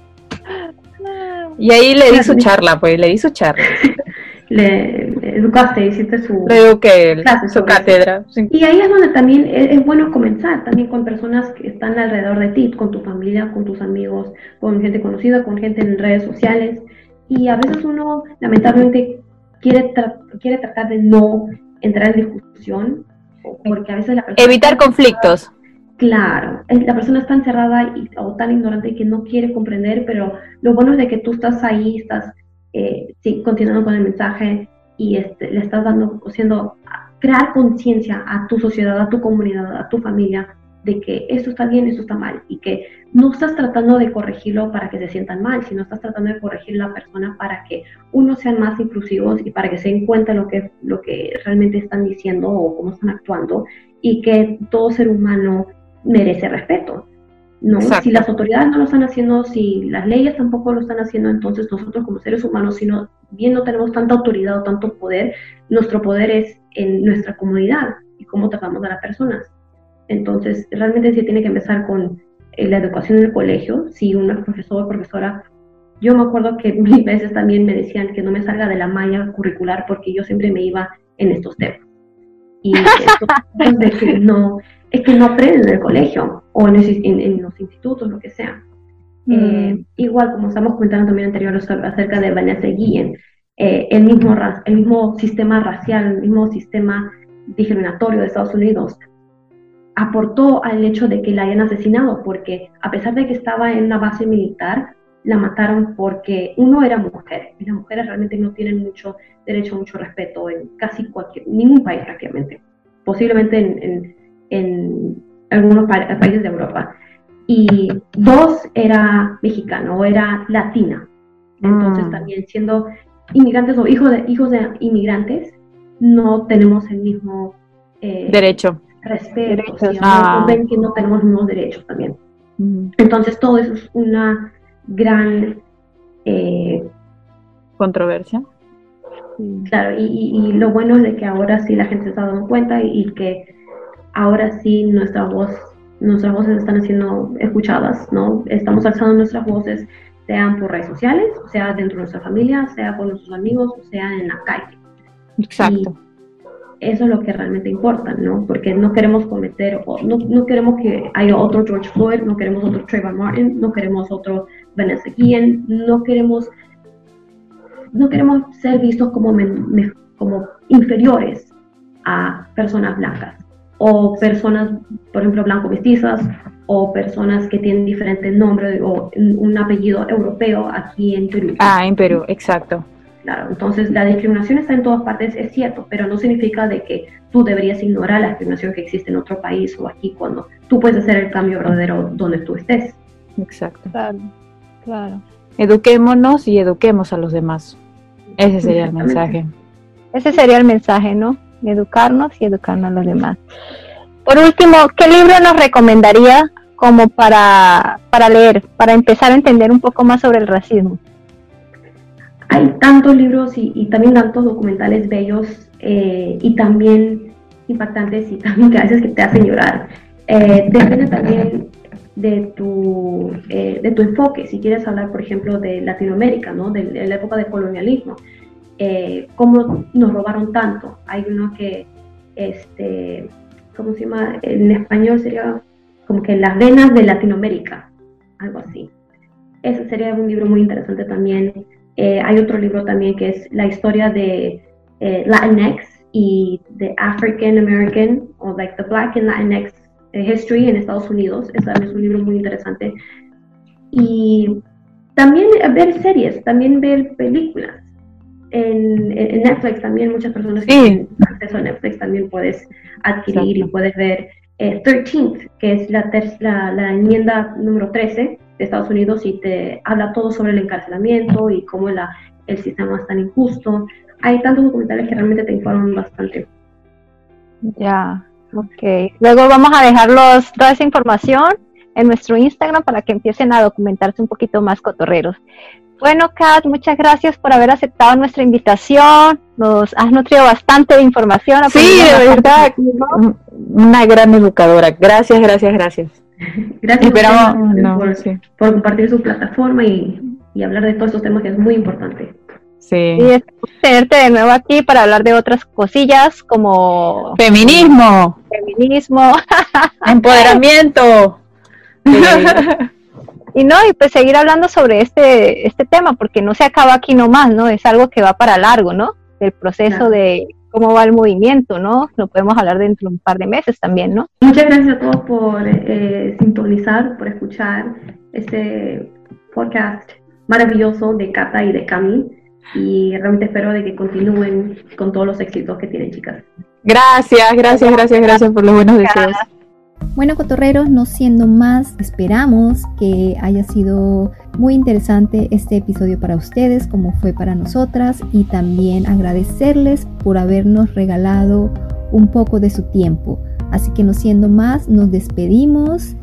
Y ahí le di su charla, pues, le di su charla. Le, le educaste, hiciste su... Le eduqué clase, su cátedra. Sí. Y ahí es donde también es, es bueno comenzar, también con personas que están alrededor de ti, con tu familia, con tus amigos, con gente conocida, con gente en redes sociales. Y a veces uno, lamentablemente, quiere, tra quiere tratar de no entrar en discusión, porque a veces la persona... Evitar conflictos. Claro, la persona está encerrada y, o tan ignorante que no quiere comprender, pero lo bueno es de que tú estás ahí, estás eh, sí, continuando con el mensaje y este, le estás dando, haciendo, crear conciencia a tu sociedad, a tu comunidad, a tu familia, de que esto está bien, esto está mal, y que no estás tratando de corregirlo para que se sientan mal, sino estás tratando de corregir a la persona para que uno sean más inclusivos y para que se den cuenta lo que, lo que realmente están diciendo o cómo están actuando, y que todo ser humano merece respeto, ¿no? Exacto. Si las autoridades no lo están haciendo, si las leyes tampoco lo están haciendo, entonces nosotros como seres humanos, si no, bien no tenemos tanta autoridad o tanto poder, nuestro poder es en nuestra comunidad y cómo tratamos a las personas. Entonces, realmente sí tiene que empezar con eh, la educación en el colegio. Si un profesor o profesora, yo me acuerdo que mil veces también me decían que no me salga de la malla curricular porque yo siempre me iba en estos temas. Y esto de que no... es que no aprenden en el colegio o en, en, en los institutos, lo que sea. Mm. Eh, igual, como estamos comentando también anterior acerca de Vanessa Guillen, eh, el, mismo el mismo sistema racial, el mismo sistema discriminatorio de Estados Unidos aportó al hecho de que la hayan asesinado, porque a pesar de que estaba en una base militar, la mataron porque uno era mujer, y las mujeres realmente no tienen mucho derecho, mucho respeto en casi cualquier, ningún país prácticamente, posiblemente en, en en algunos pa países de Europa. Y dos, era mexicano o era latina. Entonces mm. también siendo inmigrantes o hijos de, hijos de inmigrantes, no tenemos el mismo... Eh, derecho. respeto, ¿sí? Ah. No ven que no tenemos los mismos derechos también. Mm. Entonces todo eso es una gran... Eh, Controversia. claro, y, y, y lo bueno es de que ahora sí la gente se está dando cuenta y, y que ahora sí nuestra voz, nuestras voces están siendo escuchadas, ¿no? Estamos alzando nuestras voces, sean por redes sociales, sea dentro de nuestra familia, sea por nuestros amigos, o sea en la calle. Exacto. Y eso es lo que realmente importa, ¿no? Porque no queremos cometer, o no, no queremos que haya otro George Floyd, no queremos otro Trayvon Martin, no queremos otro Vanessa Guillen, no queremos, no queremos ser vistos como, me, me, como inferiores a personas blancas, o personas, por ejemplo, blanco-mestizas, o personas que tienen diferentes nombres o un apellido europeo aquí en Perú. Ah, en Perú, exacto. Claro, entonces la discriminación está en todas partes, es cierto, pero no significa de que tú deberías ignorar la discriminación que existe en otro país o aquí cuando tú puedes hacer el cambio verdadero donde tú estés. Exacto. Claro, claro. Eduquémonos y eduquemos a los demás. Ese sería el mensaje. Ese sería el mensaje, ¿no? Educarnos y educarnos a los demás. Por último, ¿qué libro nos recomendaría como para, para leer, para empezar a entender un poco más sobre el racismo? Hay tantos libros y, y también tantos documentales bellos eh, y también impactantes y también que a veces que te hacen llorar. Eh, depende también de tu, eh, de tu enfoque. Si quieres hablar, por ejemplo, de Latinoamérica, ¿no? De, de la época del colonialismo, eh, cómo nos robaron tanto. Hay uno que, este, ¿cómo se llama? En español sería como que Las venas de Latinoamérica, algo así. Ese sería un libro muy interesante también. Eh, hay otro libro también que es la historia de eh, Latinx y de African American, o like the Black and Latinx History en Estados Unidos. Ese también es un libro muy interesante. Y también ver series, también ver películas. En, en Netflix también muchas personas sí. que tienen acceso a Netflix también puedes adquirir. Exacto. Y puedes ver eh, trece, que es la, ter- la, la enmienda número trece de Estados Unidos, y te habla todo sobre el encarcelamiento y cómo la, el sistema es tan injusto. Hay tantos documentales que realmente te informan bastante. Ya, ok. Luego vamos a dejarlos toda esa información en nuestro Instagram para que empiecen a documentarse un poquito más, cotorreros. Bueno, Kat, muchas gracias por haber aceptado nuestra invitación. Nos has nutrido bastante de información. Sí, de verdad, una gran educadora. Gracias, gracias, gracias. Gracias Esperamos, no, por, sí. por compartir su plataforma y, y hablar de todos estos temas que es muy importante. Sí. Y es tenerte de nuevo aquí para hablar de otras cosillas como feminismo, feminismo, empoderamiento. Sí. Y no, y pues seguir hablando sobre este este tema, porque no se acaba aquí nomás, ¿no? Es algo que va para largo, ¿no? Del proceso claro. de cómo va el movimiento, ¿no? Lo podemos hablar dentro de un par de meses también, ¿no? Muchas gracias a todos por eh, sintonizar, por escuchar este podcast maravilloso de Cata y de Cami, y realmente espero de que continúen con todos los éxitos que tienen, chicas. Gracias, gracias, gracias, gracias por los buenos deseos. Bueno, cotorreros, no siendo más, esperamos que haya sido muy interesante este episodio para ustedes, como fue para nosotras, y también agradecerles por habernos regalado un poco de su tiempo. Así que no siendo más, nos despedimos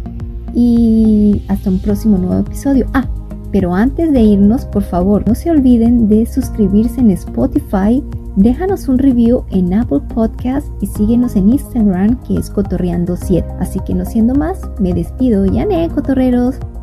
y hasta un próximo nuevo episodio. Ah, pero antes de irnos, por favor, no se olviden de suscribirse en Spotify. Déjanos un review en Apple Podcast y síguenos en Instagram, que es Cotorreando siete. Así que no siendo más, me despido. Ya ne, cotorreros.